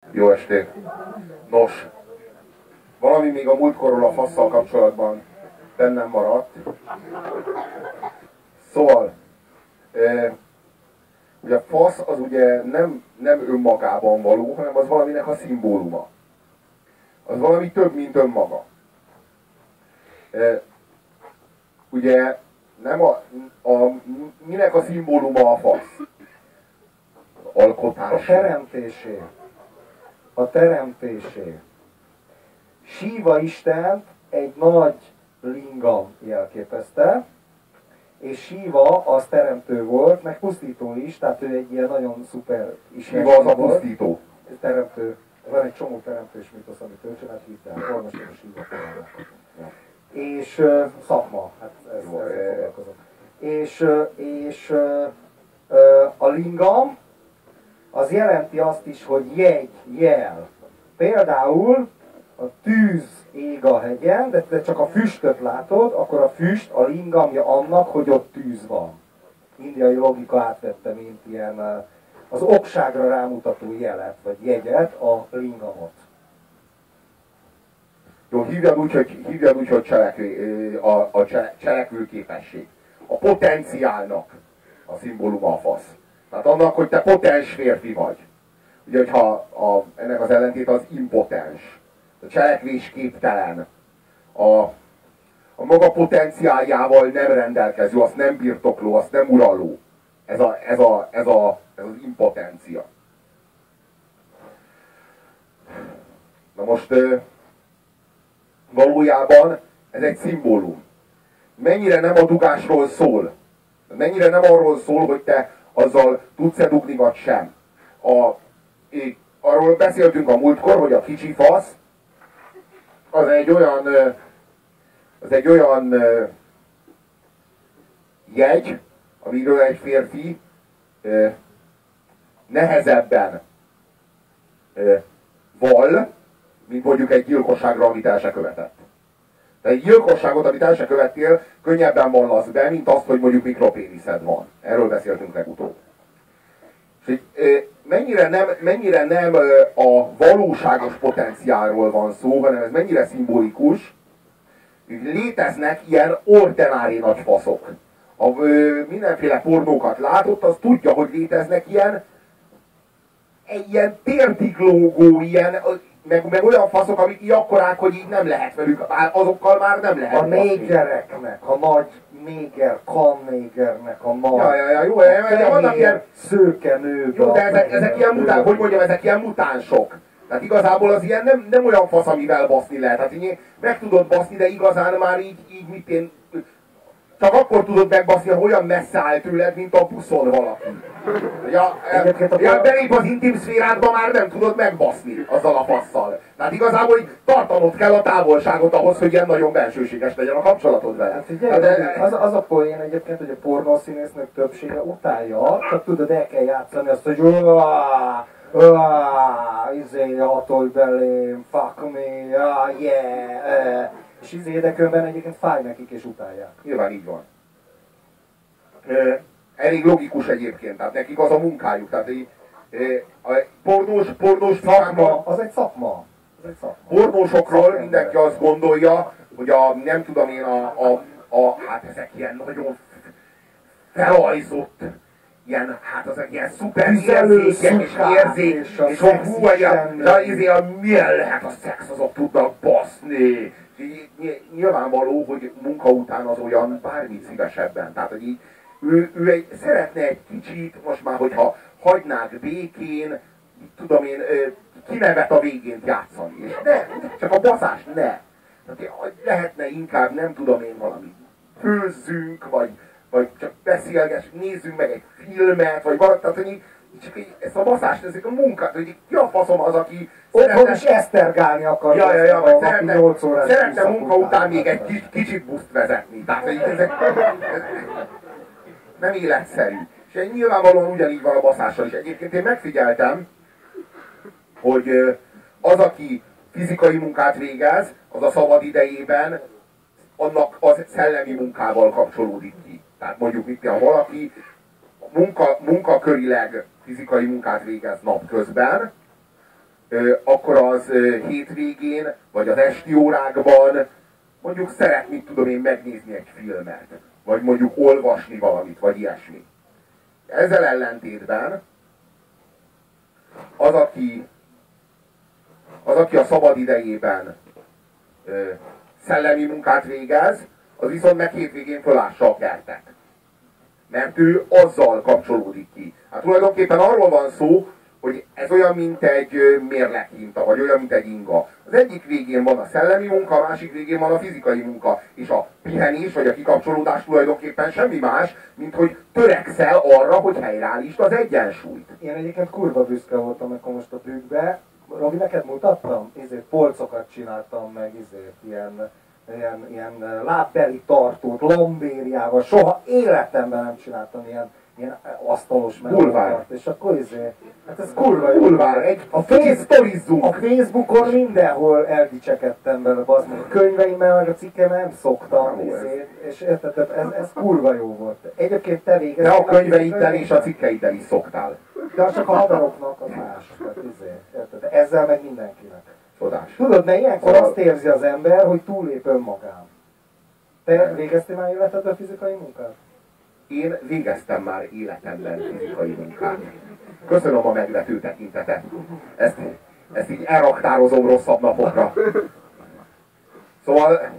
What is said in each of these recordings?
Jó estét! Nos, valami még a múltkorról a fasszal kapcsolatban bennem maradt. Szóval, ugye a fasz az ugye nem önmagában való, hanem az valaminek a szimbóluma. Az valami több, mint önmaga. Ugye nem minek a szimbóluma a fasz? Alkotásé. A teremtésé. A teremtésé. Síva Istent egy nagy lingam jelképezte, és Síva az teremtő volt, meg pusztító is, tehát ő egy ilyen nagyon szuper Síva az a pusztító. Teremtő. Van egy csomó teremtős mitosz, amit ő csinált, hidd el, olvasod a Síva forrának. És szakma, hát ezzel foglalkozom. És a lingam az jelenti azt is, hogy jegy, jel. Például a tűz ég a hegyen, de csak a füstöt látod, akkor a füst a lingamja annak, hogy ott tűz van. Indiai logika átvette, mint ilyen az okságra rámutató jelet, vagy jegyet, a lingamot. Jó, hívjad úgy, hogy cselekvő képesség. A potenciálnak a szimbóluma a fasz. Tehát annak, hogy te potens férfi vagy. Ugye, hogyha ennek az ellentét az impotens. A cselekvésképtelen. A maga potenciáljával nem rendelkező, azt nem birtokló, azt nem uraló. Ez az impotencia. Na most valójában ez egy szimbólum. Mennyire nem a dugásról szól. Mennyire nem arról szól, hogy te azzal tudsz-e dugni, vagy sem. Arról beszéltünk a múltkor, hogy a kicsi fasz az egy olyan jegy, amiről egy férfi nehezebben vall, mint mondjuk egy gyilkosságra, amit el se követett. Tehát egy gyilkosságot, amit el se követtél, könnyebben vallasz be, mint azt, hogy mondjuk mikropéniszed van. Erről beszéltünk legutóbb. És mennyire nem a valóságos potenciálról van szó, hanem ez mennyire szimbolikus, hogy léteznek ilyen ordinári nagy faszok. Mindenféle pornókat látott, az tudja, hogy léteznek ilyen térdig lógó, meg olyan faszok, amik így akkorák, hogy így nem lehet velük, azokkal már nem lehet. A négereknek, a nagy néger, kannégernek, a nagy... Jó, de vannak ilyen... Szőke nők. Jó, de ezek ilyen mutánsok, hogy mondjam, ezek ilyen mutánsok. Tehát igazából az ilyen nem olyan fasz, amivel baszni lehet. Hát így meg tudod baszni, de igazán már így mit én... Csak akkor tudod megbaszni, ha olyan messze áll tőled, mint a buszon valaki. Belép az intim szférádba, már nem tudod megbaszni azzal a fasszal. Tehát igazából így tartanod kell a távolságot ahhoz, hogy ilyen nagyon bensőséges legyen a kapcsolatod vele. Az a poén egyébként, hogy a pornószínésznők többsége utálja, csak tudod, el kell játszani azt, hogy hatolj belém, fuck me, yeah, és idekönben egyébként fáj nekik és utálják. Nyilván így van. Elég logikus egyébként, tehát nekik az a munkájuk. Tehát a pornós szakma, az egy szakma. Pornósokról mindenki azt gondolja, hogy nem tudom én, hát ezek ilyen nagyon felajzott, azok ilyen szuper érzékek és érzék, és hogy hú, milyen lehet a szex, azok tudnak baszni. Nyilvánvaló, hogy munka után az olyan bármit szívesebben. Tehát, hogy így, ő szeretne egy kicsit, most már, hogyha hagynák békén, tudom én, kinevet a végén játszani. És csak a baszás ne. Tehát lehetne inkább, nem tudom én, valami főzzünk, vagy csak beszélgessünk, nézzünk meg egy filmet, vagy valami, tehát, hogy csak ezt a baszást, ezek a munkát, hogy ki a faszom az, aki otthon is esztergálni akar. Szeretne munka után még egy kicsit buszt vezetni. Tehát, hogy ezek nem életszerű. És nyilvánvalóan ugyanígy van a baszással is. Egyébként én megfigyeltem, hogy az, aki fizikai munkát végez, az a szabad idejében annak az szellemi munkával kapcsolódik ki. Tehát mondjuk ha valaki munkakörileg fizikai munkát végez napközben, akkor az hétvégén, vagy az esti órákban mondjuk szeret, mit tudom én, megnézni egy filmet, vagy mondjuk olvasni valamit, vagy ilyesmi. Ezzel ellentétben az, aki a szabad idejében szellemi munkát végez, az viszont meg hétvégén fölássa a kertet. Mert ő azzal kapcsolódik ki. Hát tulajdonképpen arról van szó, hogy ez olyan, mint egy mérleghinta, vagy olyan, mint egy inga. Az egyik végén van a szellemi munka, a másik végén van a fizikai munka. És a pihenés, vagy a kikapcsolódás tulajdonképpen semmi más, mint hogy törekszel arra, hogy helyreállítsd az egyensúlyt. Én egyébként kurva büszke voltam, akkor most a bükkbe. Robi, neked mutattam? Polcokat csináltam meg, ilyen lábbeli tartót, lombériával. Soha életemben nem csináltam ilyen asztalos bulvár. És akkor hát ez kurva jó. Bulvár, a Facebookon mindenhol eldicsekedtem bele, a könyveimmel, meg a cikkemmel nem szoktam, és érted, ez kurva jó volt. Egyébként te végeztél. De a könyveiddel és a cikkeiddel is szoktál. De csak a haveroknak az más. Érted? Ezzel meg mindenkinek. Csodás. Tudod, mert ilyenkor azt érzi az ember, hogy túllép önmagán. Te végeztél már életedben fizikai munkát? Én végeztem már életemben fizikai munkát. Köszönöm a megvető tekintetet. Ezt így elraktározom rosszabb napokra. Szóval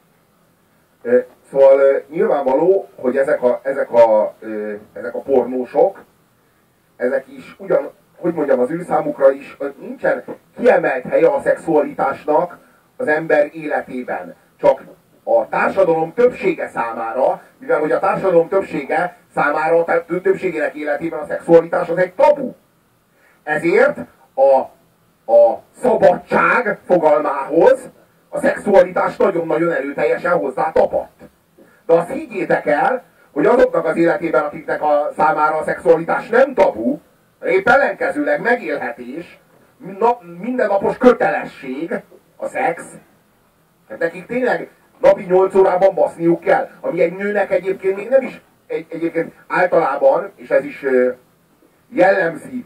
nyilvánvaló, hogy ezek a pornósok, ezek is ugyan, hogy mondjam, az ő számukra is nincsen kiemelt helye a szexualitásnak az ember életében. Csak a társadalom többsége számára, mivel hogy a társadalom többsége számára, a többségének életében a szexualitás az egy tabu. Ezért a szabadság fogalmához a szexualitás nagyon-nagyon erőteljesen hozzá tapadt. De azt higgyétek el, hogy azoknak az életében, akiknek a számára a szexualitás nem tabu, épp ellenkezőleg megélhetés, mindennapos kötelesség a szex, hát nekik tényleg napi 8 órában baszniuk kell, ami egy nőnek egyébként még nem is, egyébként általában, és ez is jellemzi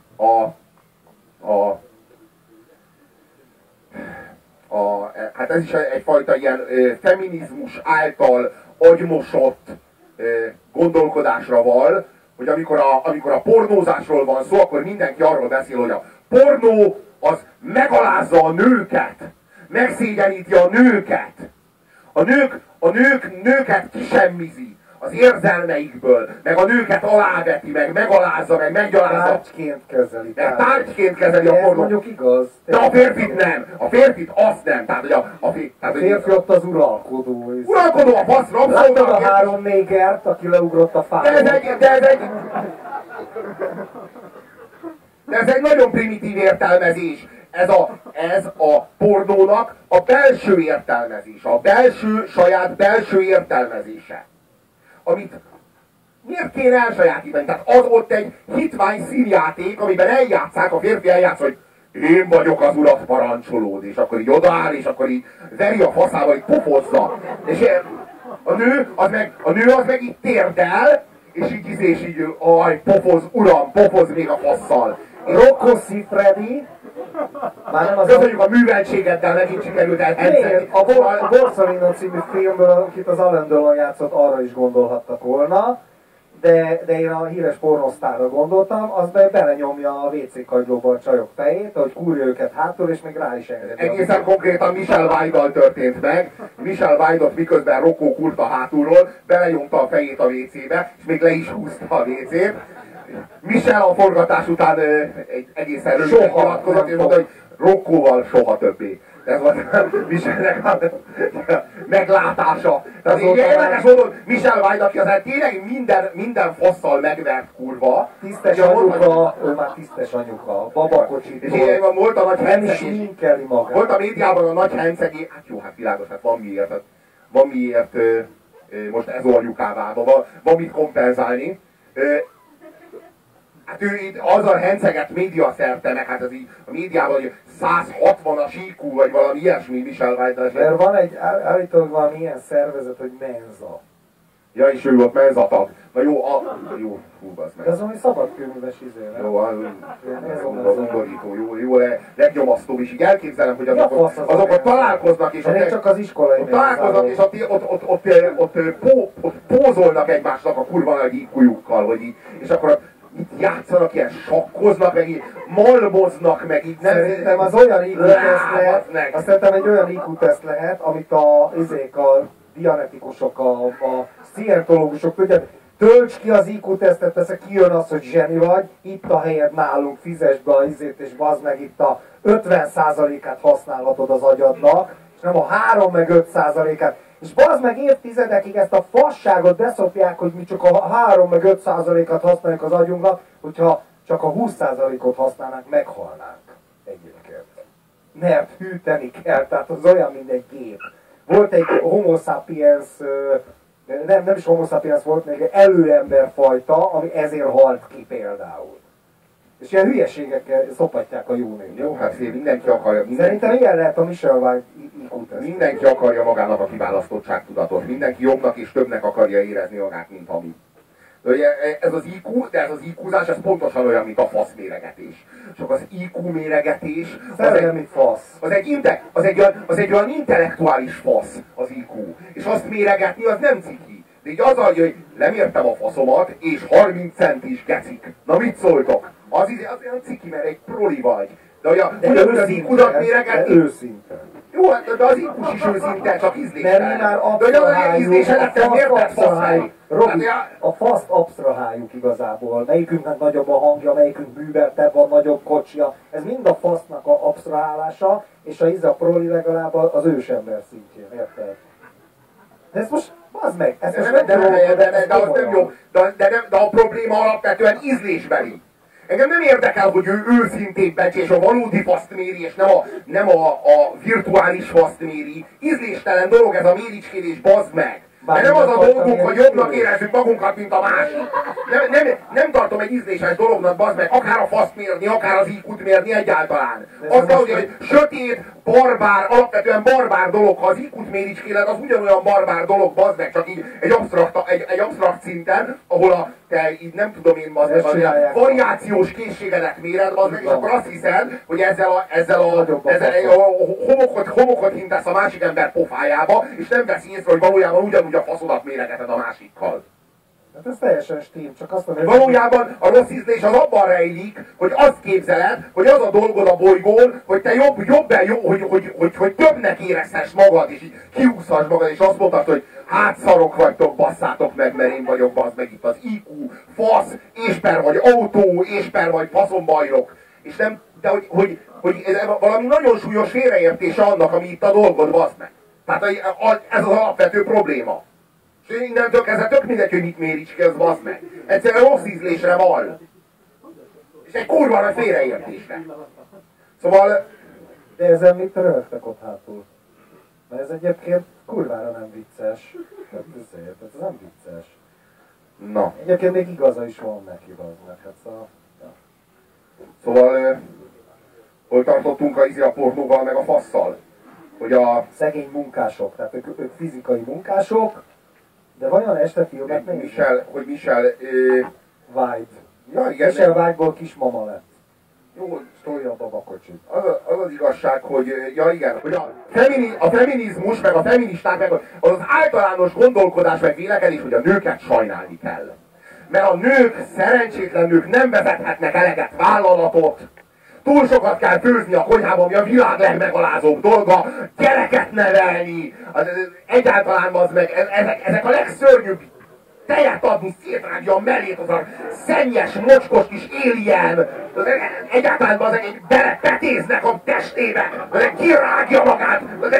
hát ez is egyfajta ilyen feminizmus által agymosott gondolkodásra val, hogy amikor a pornózásról van szó, akkor mindenki arról beszél, hogy a pornó az megalázza a nőket, megszégyeníti a nőket. A nőket kisemmizi az érzelmeikből, meg a nőket aláveti, meg megalázza, meg meggyalázza. Tárgyként kezeli. Tárgyként kezeli a pornó. Mondjuk igaz. De a férfit nem. A férfit azt nem. Tehát, hogy a férfi ott az uralkodó. Uralkodó a fasz, rabszolga. Láttad a 3 négert, aki leugrott a fáról? De ez egy nagyon primitív értelmezés. Ez a pornónak a belső értelmezése, a saját belső értelmezése. Amit miért kéne elsajátítani? Tehát az ott egy hitvány színjáték, amiben eljátszák, a férfi eljátsz, hogy én vagyok az urat parancsolód, és akkor így odaáll, és akkor így veri a faszával, így pofozza. És a nő az meg így térdel, és így, aj, pofoz, uram, pofoz még a fasszal. Rocco Siffredi. Köszönjük a műveltségeddel, megint sikerült elhelyezeni. A Borsellino című filmből, akit az Alain Delon játszott, arra is gondolhattak volna, de én a híres pornosztárra gondoltam, az belenyomja a WC kagylóba a csajok fejét, hogy kúrja őket hátul, és még rá is engedi. Egészen konkrétan Michelle Weidal történt meg. Michelle Weidot miközben Rocco kurta hátulról, belenyomta a fejét a WC-be, és még le is húzta a WC-t. Michel a forgatás után egy egészen röviden nyilatkozott, és mondta, hogy Roccóval soha többé. Ez volt Michelnek a meglátása. Tehát így érdekes módon Michel Weid, aki azért tényleg minden fasszal megvert kurva. Tisztes anyuka, ő már tisztes anyuka, babakocsitól. És én volt a nagy nem is sminkeli magát. Volt a médiában a nagy hencegé, hát jó, hát világos, hát van miért most ez anyukává, van mit kompenzálni. Hát ő itt azzal henceget média szerte, meg hát ez így a médiában, hogy 160-as IQ, vagy valami ilyesmi Michel Weidel. Mert van állítólag valami ilyen szervezet, hogy Mensa. Ja, és ő volt menzatag. Na jó, jó, hú, az meg. De az ami szabadkőműves izére. Jó, az undorító, jó, legnyomasztóbb, és így elképzelem, hogy azok ott találkoznak, és ott csak az iskolai ott találkoznak, és ott pózolnak egymásnak a kurva nagy IQ-jukkal, hogy így, és akkor itt játszanak, ilyen sakkoznak, meg így malmoznak, meg így nem... Szerintem az olyan IQ-teszt lehet, azt szerintem egy olyan IQ-teszt lehet, amit a dianetikusok, a szientológusok tudják, tölts ki az IQ-tesztet, persze kijön az, hogy zseni vagy, itt a helyed nálunk, fizesd be a izét, és bazd meg itt a 50%-át használhatod az agyadnak, és nem a 3 meg 5%-át. És bazd meg évtizedekig ezt a fasságot beszopják, hogy mi csak a 3 meg 5%-át használjuk az agyunknak, hogyha csak a 20%-ot használnánk, meghalnánk egyébként. Mert hűteni kell, tehát az olyan, mint egy gép. Volt egy homo sapiens, nem is homo sapiens, volt még egy előemberfajta, ami ezért halt ki például. És ilyen hülyeségekkel szopatják a jó nőt. Jó, hát mindenki akarja. Szerintem ilyen lehet a Michel White IQ-teszt. Mindenki akarja magának a kiválasztottságtudatot. Mindenki jobbnak és többnek akarja érezni magát, mint ami. Ez az IQ, de ez az IQ-zás, ez pontosan olyan, mint a faszméregetés. Csak az IQ méregetés az egy olyan intellektuális fasz az IQ. És azt méregetni az nem ciki. De így az, hogy lemértem a faszomat, és 30 centis gecik. Na mit szóltok? Az olyan ciki, mert egy proli vagy. De ugyanúgy az IQ-dat méregetni... Őszinte. Jó, de az IQ-s is őszinte, csak ízléstelen. Mert mi már a faszt absztraháljuk igazából. Melyikünknek nagyobb a hangja, melyikünk műveltebb van, nagyobb kocsia. Ez mind a fasznak a absztrahálása, és a proli legalább az ősember szintjén, érted? De ez most, bazd meg, ez most de az nem jó. De a probléma alapvetően ízlésbeli. Engem nem érdekel, hogy ő őszintén becs, és a valódi faszt méri, és nem a virtuális faszt méri. Ízléstelen dolog ez a méricskélés, bazd meg! De nem az a dolgunk, hogy jobbnak érezzük magunkat, mint a másik. Nem tartom egy ízléses dolognak, bazd meg, akár a faszt mérni, akár az IQ-t mérni egyáltalán. Azt kell, hogy sötét, barbár, alapvetően barbár dolog, ha az IQ-t méricskéled, az ugyanolyan barbár dolog, bazd meg, csak így egy absztrakt szinten, ahol te így nem tudom én, bazd meg, a variációs készségedet méred, bazd meg, és akkor azt hiszed, hogy ezzel a homokot hintesz a másik ember pofájába, és nem veszi észre, hogy valójában ugyanúgy a faszodat méregeted a másikkal. Hát ez teljesen stím, csak azt mondom, valójában a rossz ízlés az abban rejlik, hogy azt képzeled, hogy az a dolgod a bolygón, hogy te hogy többnek érezhess magad, és így kiúszhass magad, és azt mondtad, hogy hát szarok vagytok, basszátok meg, mert én vagyok, bazd meg itt az IQ, fasz, ésper vagy autó, ésper vagy faszombajlok. És nem, de hogy ez valami nagyon súlyos félreértése annak, ami itt a dolgod, bazd meg. Tehát ez az alapvető probléma. És innentől kezdve tök mindegy, hogy mit méricskélsz, bazd meg. Egyszerűen rossz ízlésre van. És egy kurva nagy félreértésre. Szóval... De ezzel mit rögtek ott hátul? Mert ez egyébként kurvára nem vicces. Tehát ez nem vicces. Na. Egyébként még igaza is van neki, bazd meg. Hát Szóval... hol tartottunk a pornóval meg a fasszal? Hogy a... Szegény munkások, tehát ők fizikai munkások, de vajon este filmet nézni? Hogy Michel... White. Ja, igen. Michel White-ból kismama lett. Jó, Tolja a babakocsit. Az igazság, hogy... Ja igen, hogy a feminizmus, meg a feministák, meg az általános gondolkodás, meg vélekedés, hogy a nőket sajnálni kell. Mert a nők, szerencsétlen nők nem vezethetnek eleget vállalatot, túl sokat kell főzni a konyhában, ami a világ legmegalázóbb dolga, gyereket nevelni, egyáltalán az meg, ezek a legszörnyűbb, tejet adni, szétrágja a mellét, az a szennyes, mocskos kis alien, egyáltalán az belepetéznek a testébe, kirágja magát,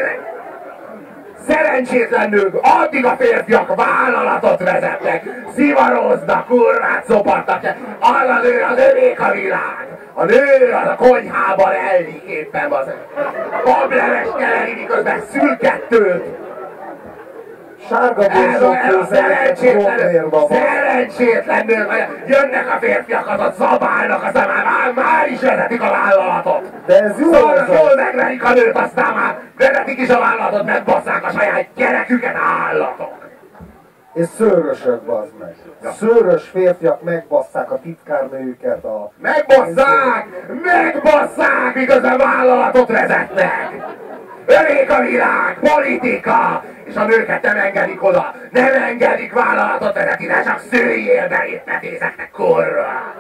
szerencsétlen nők, addig a férfiak vállalatot vezetnek, szivaroznak, kurvát szopatnak, a nő, az övék a világ. A nő az a konyhában ellik éppen, az bableves keleni, miközben szül kettőt. Sárga búzsok szerencsétlen nők, jönnek a férfiak, azot szabálnak, aztán már is vezetik a vállalatot. De ez jó Jól megverik a nőt, aztán már vezetik is a vállalatot, megbasszák a saját gyereküket, állatok. És szőrösök, bazd meg. Szőrös férfiak megbasszák a titkárnőjüket a... Megbasszák, miközben vállalatot vezetnek! Övék a világ, politika! És a nőket nem engedik oda, nem engedik vállalatot vezetni, de csak szőjél be itt, ne tézeknek kurva!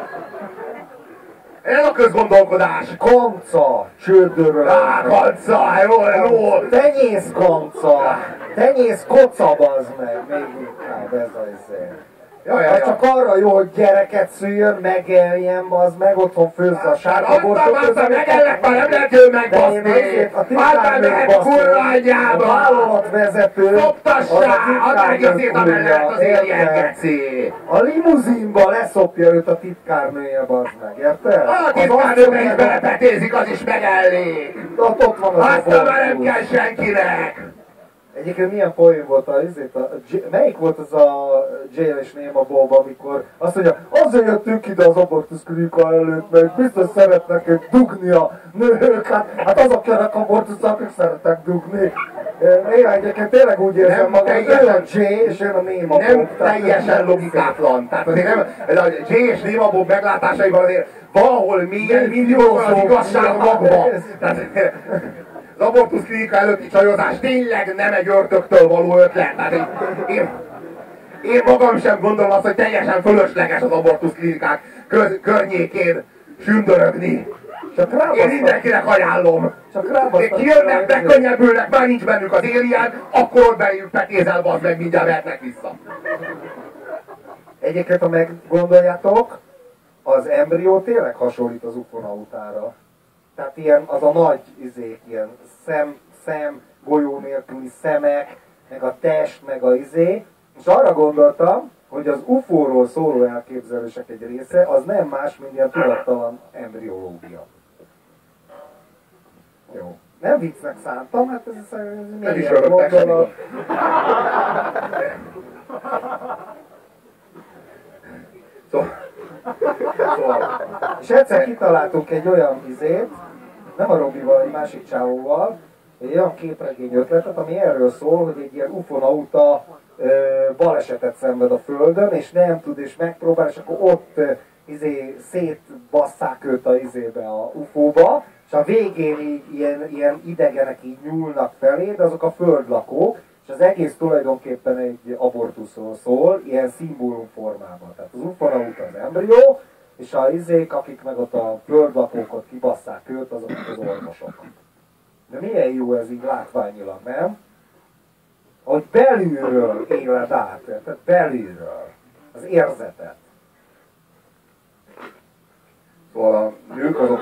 Ez a közgondolkodás! Kanca, csődöröl. Kanca, jó! Tenyész kanca, tenyész koca, bazd meg, még inkább ez az izé. Ja. Csak arra jó, hogy gyereket szüljön, megeljen, bazd meg, otthon főzze a sárga bortot. Megellek, már nem lehet ő megbaszni! Már mehet kurva anyjába! A vállalatvezető... Szoptassá! Az egészét amellett az éljen, geci! A limuzinba leszopja őt a titkárnője, bazd meg, érted? A titkárnőbe is belepetézik, az is megellik! Ott van az aztán már nem kell senkinek! Egyébként milyen poén volt melyik volt az a Jail és Néma Bob, amikor azt mondja, azért jöttünk ide az abortuszklinika előtt, mert biztos szeretnek dugni a nők, hát azok jönnek abortuszra, akik szeretnek dugni. Néha egyébként tényleg úgy érzem magam, hogy ő a Jay és én a Néma Bob. Nem teljesen logikátlan. Tehát azért nem, a Jay és Néma Bob meglátásaiban azért valahol mélyen mindig az igazság magva. Az abortuszklinika előtti csajozás tényleg nem egy ördögtől való ötlet. Tehát én magam sem gondolom azt, hogy teljesen fölösleges az abortuszklinikák környékén sündörögni. Én mindenkinek ajánlom. Kijönnek, megkönnyebbülnek, már nincs bennük az alien, akkor ott beléjük petézel, bazd meg, mindjárt vehetnek vissza. Egyébként, ha meggondoljátok, az embrió tényleg hasonlít az ufonautára. Tehát ilyen, az a nagy izék, ilyen szem, golyó nélküli szemek, meg a test, meg a izé. És arra gondoltam, hogy az UFO-ról szóló elképzelések egy része, az nem más, mint ilyen tudattalan embriológia. Jó. Nem viccnek szántam, hát ez milyen gondolat. És egyszer kitaláltunk egy olyan izét, nem a Robival, egy másik csávóval, egy olyan képregény ötletet, ami erről szól, hogy egy ilyen ufonauta balesetet szenved a Földön, és nem tud, és megpróbál, és akkor ott szétbasszák őt a izébe, a UFO-ba, és a végén így, ilyen idegenek így nyúlnak felé, de azok a földlakók, és az egész tulajdonképpen egy abortuszról szól, ilyen szimbólum formában. Tehát az ufonauta az embrió, és a izék, akik meg ott a földlakókot kibasszák őt, azok az orvosok. De milyen jó ez így látványilag, nem? Hogy belülről éled át, tehát belülről. Az érzetet. Szóval a nők azok...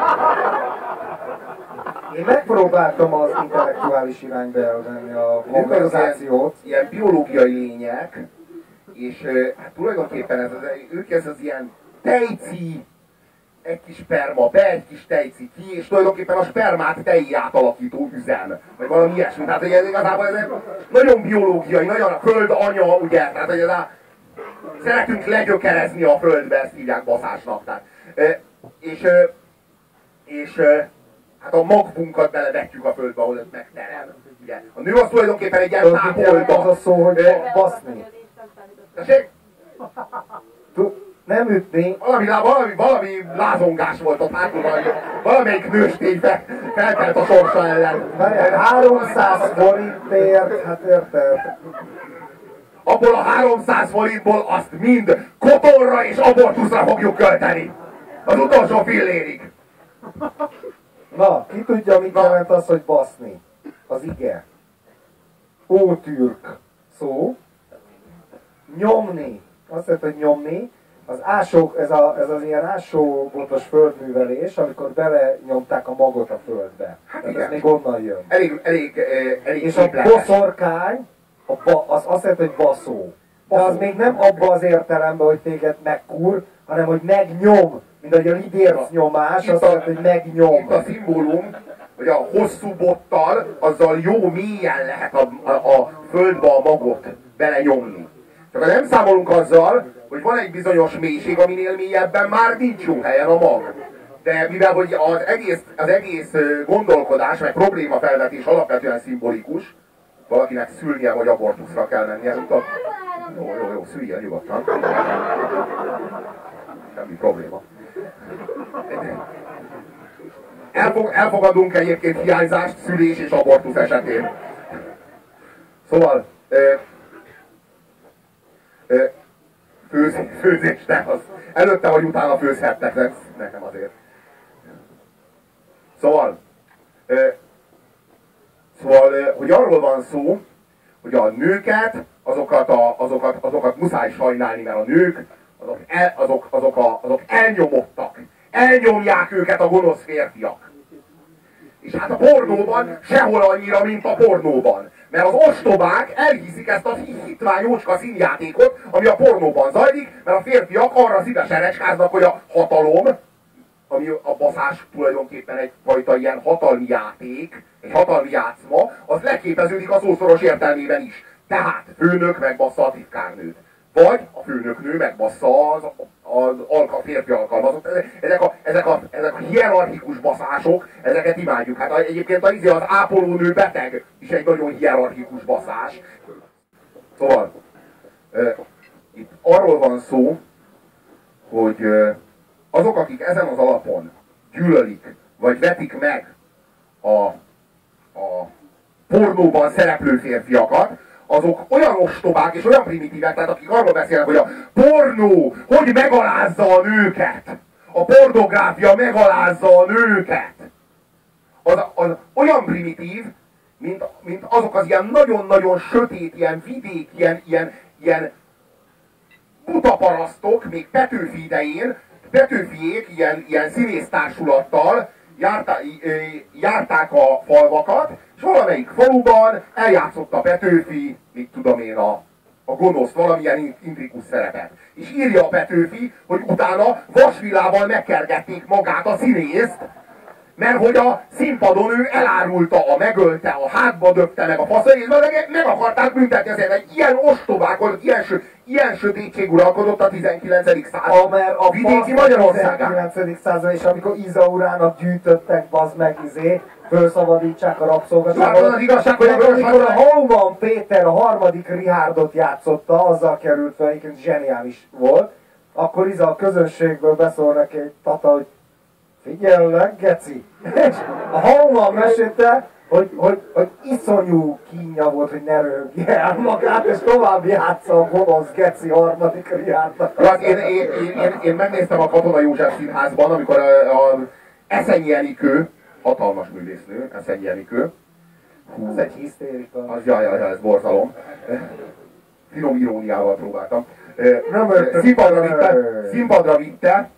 Én megpróbáltam az intellektuális irányba elvenni a konverzációt. Ilyen biológiai lények, és hát tulajdonképpen ez az ilyen tejci, egy kis sperma, be egy kis tejci ki, és tulajdonképpen a spermát tejjé átalakító üzem, vagy valami ilyesmi. Tehát hogy igazából ez nagyon biológiai, nagyon a föld anya, ugye, tehát hogy szeretünk legyökerezni a földbe, ezt hívják baszásnak. Tehát, és hát a magvunkat belevetjük a földbe, ahol ez megterem. Ugye. A nő az tulajdonképpen egy ilyen tápolda. Az a szó, hogy baszni. Tessék? Nem ütni. Valami lázongás volt ott hátul, valamelyik nőstény felkelt a sorsa ellen. 300 forintért, hát érted? Abból a 300 forintból azt mind kotonra és abortuszra fogjuk költeni. Az utolsó fillérig. Na, ki tudja, mit jelent az, hogy baszni? Az ige. Ótürk szó. Nyomni. Azt jelenti, hogy nyomni. Az ásó, ez az ilyen ásóbotos földművelés, amikor belenyomták a magot a földbe. Hát igen. Ez még onnan jön. Elég és a boszorkány, az azt jelenti, hogy baszó. De az még nem abba az értelemben, hogy téged megkur, hanem hogy megnyom. Mint ahogy a lidérc nyomás, azt jelenti, hogy megnyom. Itt a szimbólum, hogy a hosszú bottal, azzal jó mélyen lehet a földbe a magot belenyomni. Csak nem számolunk azzal, hogy van egy bizonyos mélység, aminél mélyebben már nincs jó helyen a mag. De mivel hogy az egész gondolkodás, meg problémafelvetés alapvetően szimbolikus, valakinek szülnie vagy abortuszra kell mennie, Jó, szüljél nyugodtan. Semmi probléma. Elfogadunk egyébként hiányzást szülés és abortusz esetén. Szóval főzés, de az előtte vagy utána főzhettek, nekem azért. Szóval, hogy arról van szó, hogy a nőket, azokat muszáj sajnálni, mert a nők azok elnyomottak. Elnyomják őket a gonosz férfiak. És hát a pornóban sehol annyira, mint a pornóban. Mert az ostobák elhiszik ezt a hitvány jócska színjátékot, ami a pornóban zajlik, mert a férfiak arra szívesen recskáznak, hogy a hatalom, ami a baszás tulajdonképpen egyfajta ilyen hatalmi játék, egy hatalmi játszma, az leképeződik a szószoros értelmében is. Tehát főnök megbassza a titkárnőt. Vagy a főnöknő megbassza az férfi alkalmazott. Ezek a hierarchikus baszások, ezeket imádjuk. Hát egyébként az ápolónő beteg is egy nagyon hierarchikus baszás. Szóval itt arról van szó, hogy azok, akik ezen az alapon gyűlölik, vagy vetik meg a pornóban szereplő férfiakat, azok olyan ostobák és olyan primitívek, tehát akik arról beszélnek, hogy a pornó hogy megalázza a nőket, a pornográfia megalázza a nőket, az olyan primitív, mint azok az ilyen nagyon-nagyon sötét, ilyen vidék, ilyen butaparasztok, még Petőfi idején, Petőfiék ilyen színésztársulattal járták a falvakat, és valamelyik faluban eljátszott a Petőfi, mit tudom én, a gonosz, valamilyen intrikus szerepet. És írja a Petőfi, hogy utána vasvilával megkergették magát a színészt, mert hogy a színpadon ő elárulta, megölte, a hátba döpte meg a faszait, meg akarták büntetni azért, egy ilyen ostobákon, ilyen sötétség uralkodott a 19. század. A vidéki Magyarországán. 19. század, és amikor Izaurának gyűjtöttek, bazd meg, fölszabadítsák a rabszolgaságot. Az igazság, hogy amikor a Hauman Péter a harmadik Richardot játszotta, azzal került fel, egyébként zseniális volt, akkor a közönségből beszól neki egy tata, hogy figyellek, geci! És a Hauman mesélte, hogy iszonyú kínja volt, hogy ne röhögje el magát, és tovább játsza a gonosz geci harmadik Richardnak. Hát én megnéztem a Katona József Színházban, amikor a Eszenyi Enikő, hatalmas művésznő, Eszenyi Enikő. Ez egy hisztérika. Az jaj, ez borzalom. Finom iróniával próbáltam. Színpadra vitte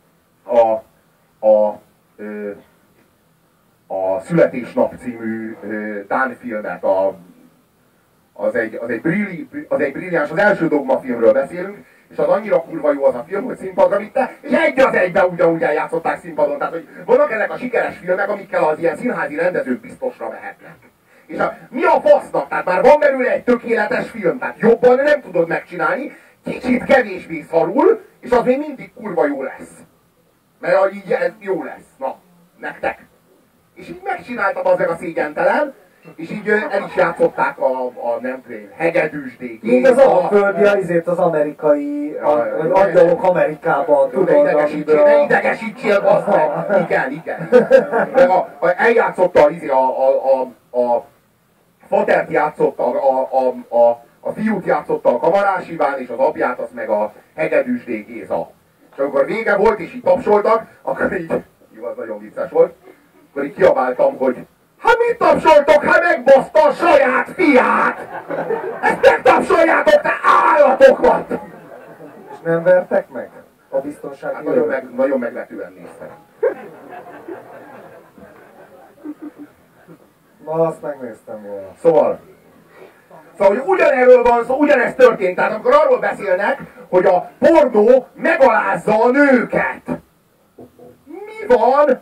a Születésnap című dán filmet. Az egy brilliáns, az első Dogma filmről beszélünk, és az annyira kurva jó az a film, hogy színpadra vitte, és egy az egyben ugyanúgy eljátszották színpadon. Tehát, hogy vannak ezek a sikeres filmek, amikkel az ilyen színházi rendezők biztosra mehetnek. És mi a fasznak? Tehát már van belőle egy tökéletes film, tehát jobban nem tudod megcsinálni, kicsit kevésbé szarul, és az még mindig kurva jó lesz. Mert így ez jó lesz. Na, nektek. És így megcsináltam az meg a szégyentelen, és így el is játszották a nem tudom, hegedűsdék. Mint az alföldi, az amerikai, angyalok Amerikában. Ne idegesítsél, bazd meg! Igen. Eljátszotta a Fatert játszotta, a fiút játszotta a Kamarás Iván, és az apját azt meg a Hegedűsdé Géza. És amikor vége volt, és így tapsoltak, akkor így, jó, az nagyon vicces volt, akkor így kiabáltam, hogy hát mit tapsoltok, hát megbaszta a saját fiát! Ezt megtapsoljátok, te állatok vagy! És nem vertek meg? A biztonsági hát nagyon megvetően néztek. Na, azt megnéztem volna. Szóval, hogy ugyanerről van szó, ugyanezt történt. Tehát amikor arról beszélnek, hogy a pornó megalázza a nőket. Mi van?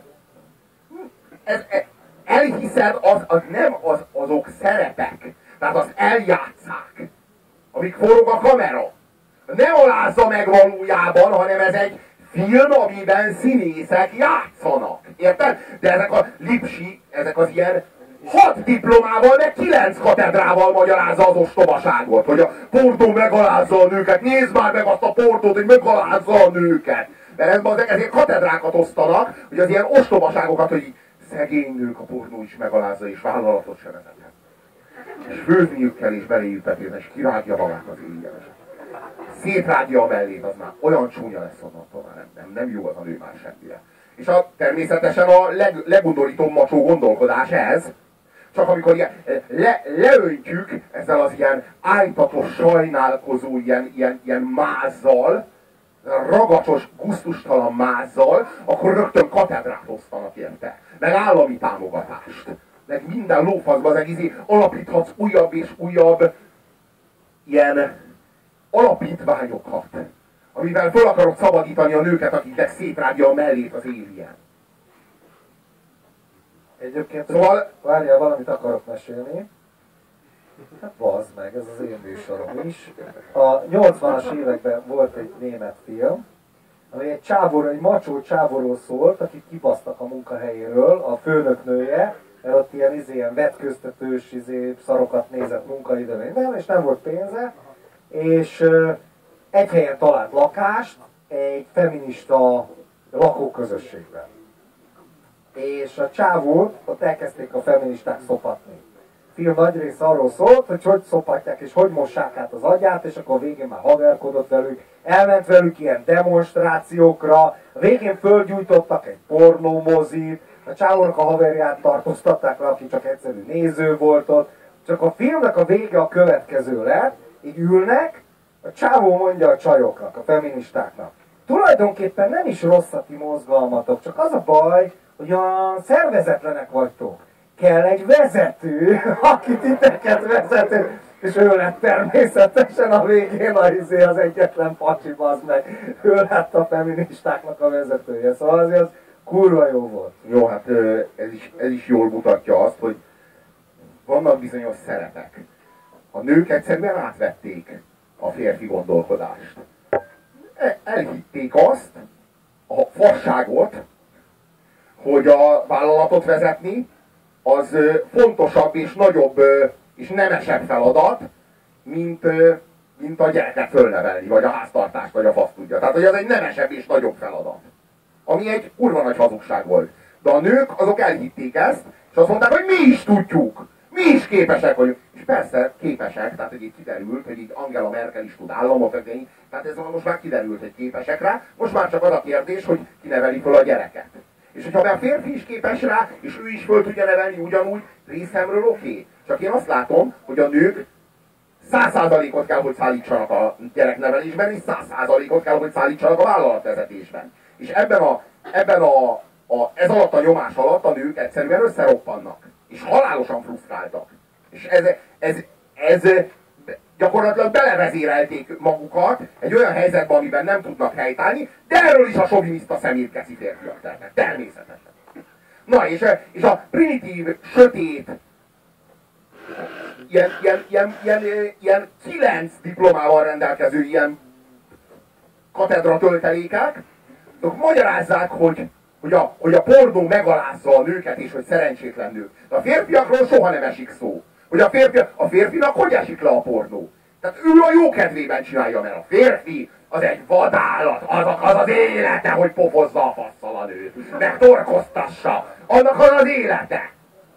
Elhiszed, az nem azok szerepek. Tehát azt eljátszák. Amíg forog a kamera. Nem alázza meg valójában, hanem ez egy film, amiben színészek játszanak. Érted? De ezek a lipsi, ezek az ilyen 6 diplomával, meg 9 katedrával magyarázza az ostobaságot, hogy a portó megalázza a nőket. Nézd már meg azt a portót, hogy megalázza a nőket. Mert ezért katedrákat osztanak, hogy az ilyen ostobaságokat, hogy szegény nők, a pornó is megalázza, és vállalatot sem vezethet. És főzniük kell, és beléjük betézni, és kirágja magát az éjjel. Szétrágja a mellét, az már olyan csúnya lesz onnantól már nem jó az a nő már semmire. És természetesen a legundorítóbb macsó gondolkodás ez, csak amikor ilyen, leöntjük ezzel az ilyen ájtatos, sajnálkozó, ilyen mázzal, ragacsos, gusztustalan mázzal, akkor rögtön katedrát osztanak érte. Meg állami támogatást. Meg minden lófaszban az egész alapíthatsz újabb és újabb ilyen alapítványokat, amivel föl akarod szabadítani a nőket, akiknek szétrágja a mellét az alien. Egyébként, szóval, várjál, valamit akarok mesélni. Hát bazd meg, ez az én műsorom is. A 80-as években volt egy német film, ami egy macsó csávorról szólt, akit kibasztak a munkahelyéről, a főnöknője, mert ott ilyen vetköztetős szarokat nézett munkaidőben, és nem volt pénze, és egy helyen talált lakást egy feminista lakóközösségben. És a csávót ott elkezdték a feministák szopatni. A film nagy része arról szólt, hogy szopatják és hogy mossák át az agyát, és akkor a végén már haverkodott velük, elment velük ilyen demonstrációkra, a végén fölgyújtottak egy pornómozit, a csávónak a haverját tartóztatták le, aki csak egyszerű néző volt ott. Csak a filmnek a vége a következő lett, így ülnek, a csávó mondja a csajoknak, a feministáknak. Tulajdonképpen nem is rossz a ti mozgalmatok, csak az a baj, hogy a szervezetlenek vagytok. Kell egy vezető, aki titeket vezető. És ő lett természetesen a végén az egyetlen pacsi, bazd meg. Ő lett a feministáknak a vezetője. Szóval azért az kurva jó volt. Jó, hát ez is jól mutatja azt, hogy vannak bizonyos szerepek. A nők egyszerűen átvették a férfi gondolkodást. Elhitték azt, a fasságot, hogy a vállalatot vezetni az fontosabb és nagyobb és nemesebb feladat, mint a gyereket fölnevelni, vagy a háztartást, vagy a fasz tudja. Tehát, hogy az egy nemesebb és nagyobb feladat. Ami egy kurva nagy hazugság volt. De a nők azok elhitték ezt, és azt mondták, hogy mi is tudjuk. Mi is képesek vagyunk. És persze képesek, tehát hogy itt kiderült, hogy itt Angela Merkel is tud államot venni, tehát ez most már kiderült, hogy képesek rá. Most már csak az a kérdés, hogy ki neveli föl a gyereket. És hogyha a férfi is képes rá, és ő is föl tudja nevelni ugyanúgy, részemről oké. Csak én azt látom, hogy a nők 100%-ot kell, hogy szállítsanak a gyereknevelésben, és 100%-ot kell, hogy szállítsanak a vállalatvezetésben. És ez alatt a nyomás alatt a nők egyszerűen összeroppannak. És halálosan frusztráltak. És ez gyakorlatilag belevezérelték magukat egy olyan helyzetbe, amiben nem tudnak helytállni, de erről is a soviniszta szemétkeszi férfiak ternek. Természetesen. Na, és a primitív, sötét, ilyen 9 diplomával rendelkező ilyen katedra töltelékek, azok magyarázzák, hogy a pornó megalázza a nőket, és hogy szerencsétlen nők. De a férfiakról soha nem esik szó. Hogy a férfinak hogy esik le a pornó? Tehát ő a jó kedvében csinálja, mert a férfi az egy vadállat, az az élete, hogy pofozza a fasszal a nőt, meg torkoztassa. Annak az élete.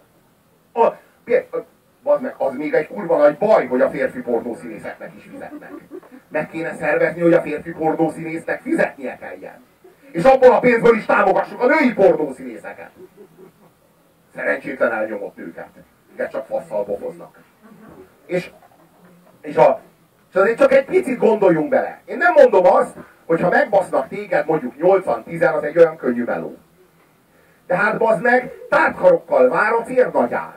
Az még egy kurva nagy baj, hogy a férfi pornószínészeknek is fizetnek. Meg kéne szervezni, hogy a férfi pornószínésznek fizetnie kelljen. És abból a pénzből is támogassuk a női pornószínészeket. Szerencsétlen elnyomott nőket. Őket csak fasszal pofoznak. És azért csak egy picit gondoljunk bele. Én nem mondom azt, hogy ha megbasznak téged mondjuk 80-10, az egy olyan könnyű meló. De hát bazd meg, tártkarokkal vár a cérnagyár.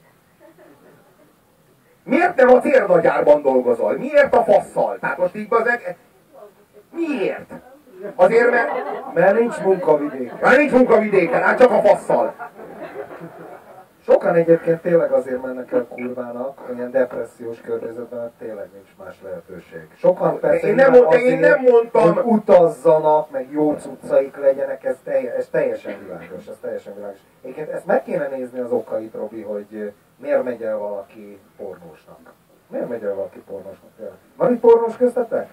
Miért nem a cérnagyárban dolgozol? Miért a fasszal? Tehát most így bazeg... Miért? Azért, mert nincs munkavidéken. Mert nincs munkavidéken, hát csak a fasszal. Sokan egyébként tényleg azért mennek el kurvának, olyan depressziós környezetben, mert tényleg nincs más lehetőség. Sokan persze én nem mondtam, hogy utazzanak, meg jó cuccaik legyenek, ez teljesen világos, ez teljesen világos. Egyébként ezt meg kéne nézni az okait, Robi, hogy miért megy el valaki pornósnak. Miért megy el valaki pornósnak? Van itt pornós köztetek?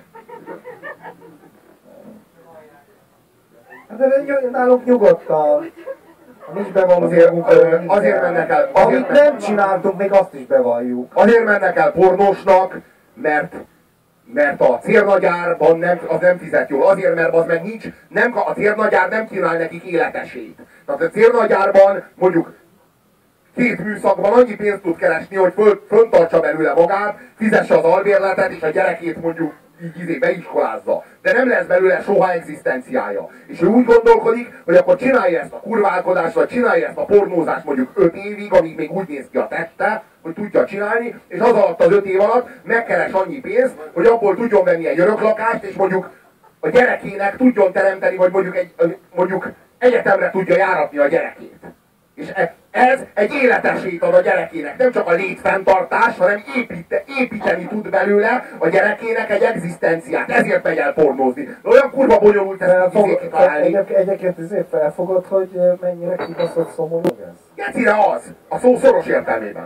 Hát de nálunk nyugodtan. Nincs bevalló azért mennek el. Amit nem csináltunk, még azt is bevalljuk. Azért mennek el pornósnak, mert a cérnagyárban az nem fizet jól. Azért, mert az meg nincs, a cérnagyár nem kínál nekik életesélyt. Tehát a cérnagyárban mondjuk 2 műszakban annyi pénzt tud keresni, hogy föntartsa belőle magát, fizesse az albérletet, és a gyerekét mondjuk így beiskolázza. De nem lesz belőle soha egzisztenciája. És ő úgy gondolkodik, hogy akkor csinálja ezt a kurválkodást, vagy csinálja ezt a pornózást mondjuk 5 évig, amíg még úgy néz ki a teste, hogy tudja csinálni, és az alatt az 5 év alatt megkeres annyi pénzt, hogy abból tudjon venni egy öröklakást, és mondjuk a gyerekének tudjon teremteni, vagy mondjuk egyetemre tudja járatni a gyerekét. És ez egy életesélyt ad a gyerekének, nem csak a létfenntartás, hanem építeni tud belőle a gyerekének egy egzisztenciát. Ezért megy el pornózni. De olyan kurva bonyolult ezt kitalálni. Egyébként azért felfogod, hogy mennyire kibaszott szomorú ez? Gecire az! A szó szoros értelmében.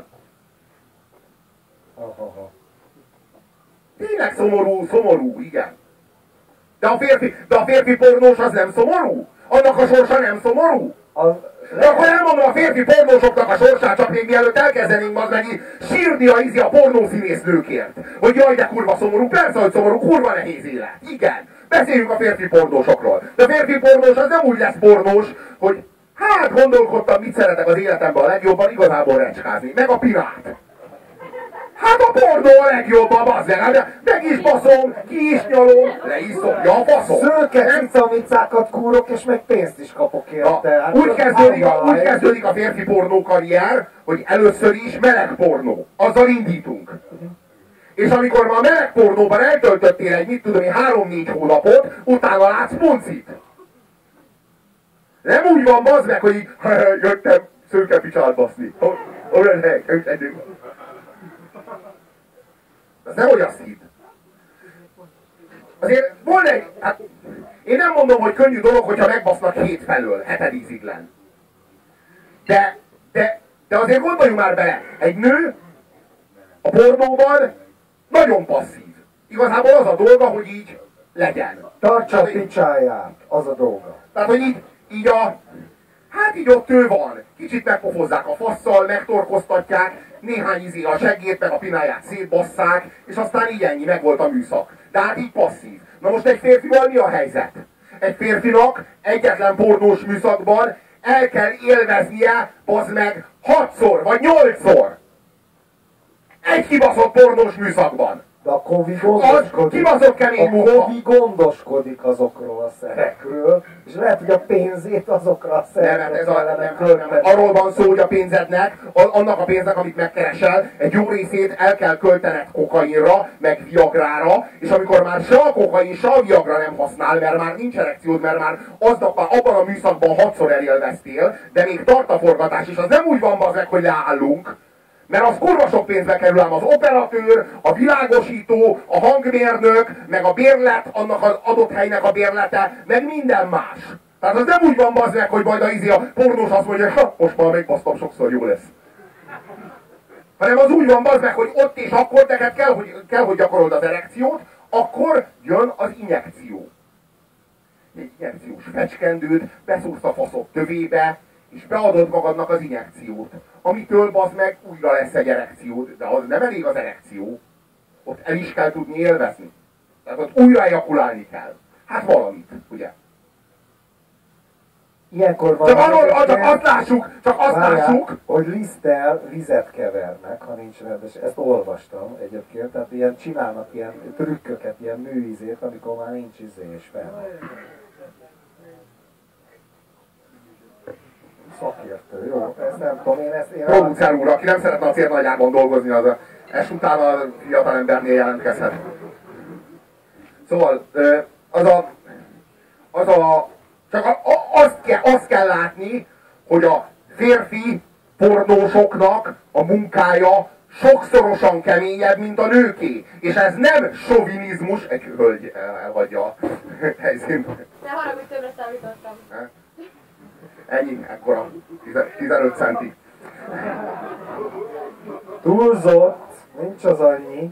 Tényleg szomorú, igen. De a férfi pornós az nem szomorú? Annak a sorsa nem szomorú? De akkor elmondom a férfi pornósoknak a sorsát, csak még mielőtt elkezdenénk az meg sírni a pornószínésznőkért. Hogy jaj, de kurva szomorú, persze, hogy szomorú, kurva nehéz élet. Igen, beszéljünk a férfi pornósokról. De a férfi pornós az nem úgy lesz pornós, hogy hát gondolkodtam, mit szeretek az életemben a legjobban, igazából recskázni. Meg a pirát. Hát a pornó a legjobb, a bazzeg, meg is baszom, ki is nyalom, le is szokja a faszom. Szőke cicamicákat kúrok, és meg pénzt is kapok érte. Hát úgy kezdődik a férfi pornó karrier, hogy először is meleg pornó. Azzal indítunk. És amikor már meleg pornóban eltöltöttél egy, mit tudom én, 3-4 hónapot, utána látsz puncit. Nem úgy van, bazd meg, hogy így, jöttem szőke picsát baszni. Olyan hely, ez nem olyan azt hidd. Azért volna egy... Hát, én nem mondom, hogy könnyű dolog, hogyha megbasznak 7 felől, 7. íziglen. De azért gondoljunk már bele. Egy nő a pornóban nagyon passzív. Igazából az a dolga, hogy így legyen. Tartsa a picsáját, az a dolga. Tehát, hogy így hát így ott ő van. Kicsit megpofozzák a fasszal, megtorkoztatják, néhány a seggét, meg a pináját szétbasszák, és aztán így ennyi, meg volt a műszak. De hát így passzív. Na most egy férfival mi a helyzet? Egy férfinak egyetlen pornós műszakban el kell élveznie, bazd meg, 6-szor vagy 8-szor. Egy kibaszott pornós műszakban. De a Kovi gondoskodik. Gondoskodik azokról a szerekről, és lehet, hogy a pénzét azokra a szerekre kellene költeni. Arról van szó, hogy a pénzednek, annak a pénznek, amit megkeresel, egy jó részét el kell költened kokainra, meg viagrára, és amikor már se a kokain, se a viagra nem használ, mert már nincs erekciód, mert már aznap már abban a műszakban 6-szor elélveztél, de még tart a forgatás, és az nem úgy van bazeg, hogy leállunk, mert az kurva sok pénzbe kerül, ám az operatőr, a világosító, a hangmérnök, meg a bérlet, annak az adott helynek a bérlete, meg minden más. Tehát az nem úgy van bazd meg, hogy majd a pornós azt mondja, hogy most már megbasztam, sokszor jó lesz. Hanem az úgy van bazd meg, hogy ott és akkor neked kell, hogy gyakorold az erekciót, akkor jön az injekció. Egy injekciós fecskendőt beszúrsz a faszok tövébe, és beadod magadnak az injekciót, amitől bazd meg újra lesz egy erekciód, de az nem elég az erekció, ott el is kell tudni élvezni. Tehát ott újra ejakulálni kell. Hát valamit, ugye? Ilyenkor van... Csak azt lássuk, hogy liszttel vizet kevernek, ha nincs rendes. Ezt olvastam egyébként, tehát ilyen csinálnak ilyen trükköket, ilyen műízét, amikor már nincs izé és fel. Szakértő, jó, ezt nem tudom, én ezt... Producer úr, aki nem szeretne a cérnagyárban dolgozni, az ezt utána a fiatalembernél jelentkezhet. Szóval, csak azt kell látni, hogy a férfi pornósoknak a munkája sokszorosan keményebb, mint a nőké. És ez nem sovinizmus, egy hölgy elhagyja a helyszínt. Ne haragudj, többre számítottam. Ennyi, ekkora, 15 centi. Túlzott, nincs az annyi.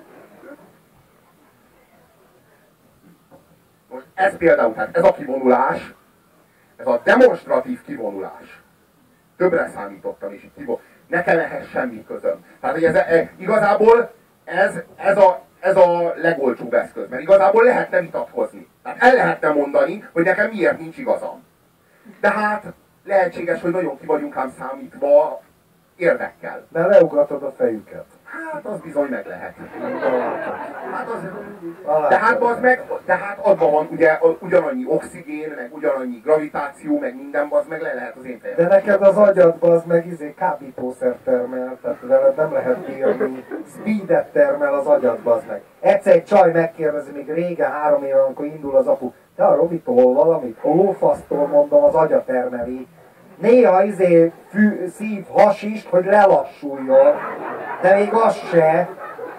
Most ez például, tehát ez a kivonulás, ez a demonstratív kivonulás. Többre számítottam, és itt nekem ehhez semmi közöm. Tehát, hogy igazából ez a legolcsóbb eszköz, mert igazából lehetne vitatkozni. Tehát el lehetne mondani, hogy nekem miért nincs igazam. De hát lehetséges, hogy nagyon ki vagyunk ám számítva érvekkel. De leugatod a fejüket. Hát az bizony meg lehet. Hát az, de hát adban van ugye ugyanannyi oxigén, meg ugyanannyi gravitáció, meg minden, az meg le lehet az én fejem. De neked az agyadban az meg kábítószer termel, tehát veled nem lehet bírni. Speedet termel az agyadban az meg. Egyszer egy csaj megkérdezi, még régen 3 éve, amikor indul az apu, te a Robitól valamit, a lófasztól mondom, az agya termeli. Néha szív hasist, hogy lelassuljon, de még az se.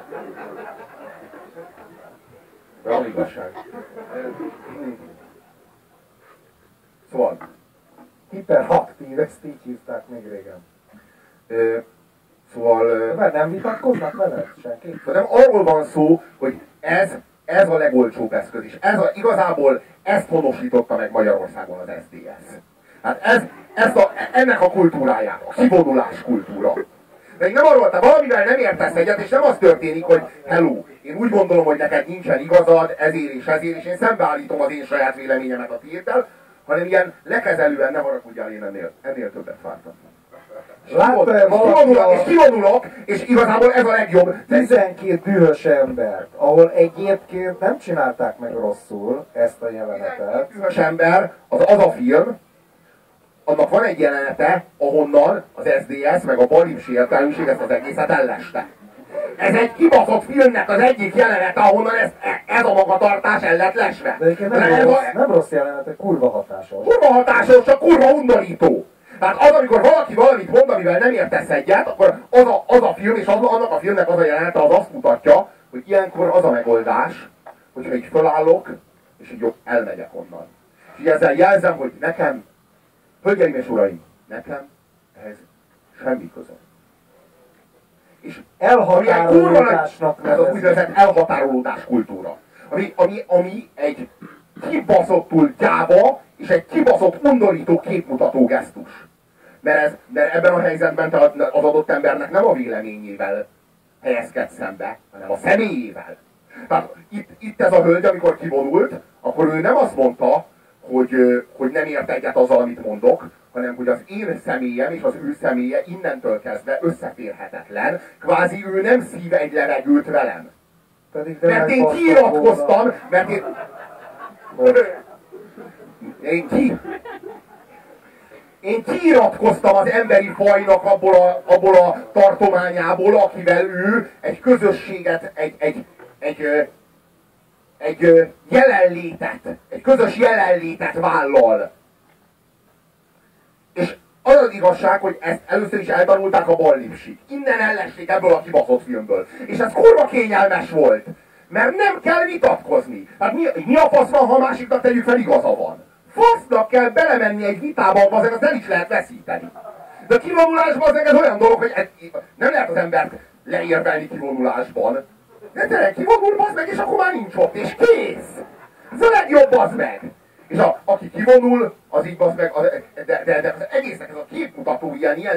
Van igazság. Szóval. Hiperaktív, ezt így hívták még régen. Szóval... Mert nem vitatkoznak veled? Senki? Nem arról van szó, hogy ez a legolcsóbb eszköz is. Igazából ezt honosította meg Magyarországon az SZDSZ. Hát ennek a kultúráját, a kivonulás kultúra. De én nem arról, te valamivel nem értesz egyet, és nem az történik, hogy hello, én úgy gondolom, hogy neked nincsen igazad, ezért, és én szembeállítom az én saját véleményemet a tiéddel, hanem ilyen lekezelően, ne haragudjál, én ennél többet vártam. És kivonulok, és igazából ez a legjobb. 12 dühös embert, ahol egyébként nem csinálták meg rosszul ezt a jelenetet. Dühös ember, az a film, annak van egy jelenete, ahonnan az SZDSZ meg a balimsi értelmiség ezt az egészet elleste. Ez egy kibaszott filmnek az egyik jelenete, ahonnan ez a magatartás el lett lesve. De egyébként nem rossz jelenet, egy kurva hatásos. Kurva hatásos, csak kurva undorító. Tehát az, amikor valaki valamit mond, amivel nem értesz egyet, akkor az a film, és annak a filmnek az a jelenete, az azt mutatja, hogy ilyenkor az a megoldás, hogyha így fölállok, és így elmegyek onnan. És így ezzel jelzem, hogy nekem, hölgyeim és uraim, nekem ehhez semmi közöm. És elhatárolódásnak ez az úgynevezett elhatárolódás kultúra. Ami egy kibaszottul gyáva és egy kibaszott undorító képmutató gesztus. Mert ebben a helyzetben te az adott embernek nem a véleményével helyezkedsz szembe, hanem a személyével. Tehát itt ez a hölgy, amikor kivonult, akkor ő nem azt mondta, hogy nem ért egyet azzal, amit mondok, hanem hogy az én személyem és az ő személye innentől kezdve összeférhetetlen, kvázi ő nem szív egy levegőt velem. Mert én kiiratkoztam, mert én kiiratkoztam az emberi fajnak abból a tartományából, akivel ő egy közösséget, egy jelenlétet, egy közös jelenlétet vállal. És az az igazság, hogy ezt először is eltanulták a ballipsik. Innen ellesték ebből a kibaszott filmből. És ez kurva kényelmes volt. Mert nem kell vitatkozni. Hát mi a fasz van, ha a másiknak tegyük fel, igaza van? Fasznak kell belemenni egy vitába, azért azt el is lehet veszíteni. De a kivonulásban azért ez olyan dolog, hogy nem lehet az embert leérvelni kivonulásban. De tényleg kivonul, bazd meg, és akkor már nincs ott, és kész! Ez a legjobb, bazd meg! És aki kivonul, az így bazd meg, de az egésznek ez a képmutató,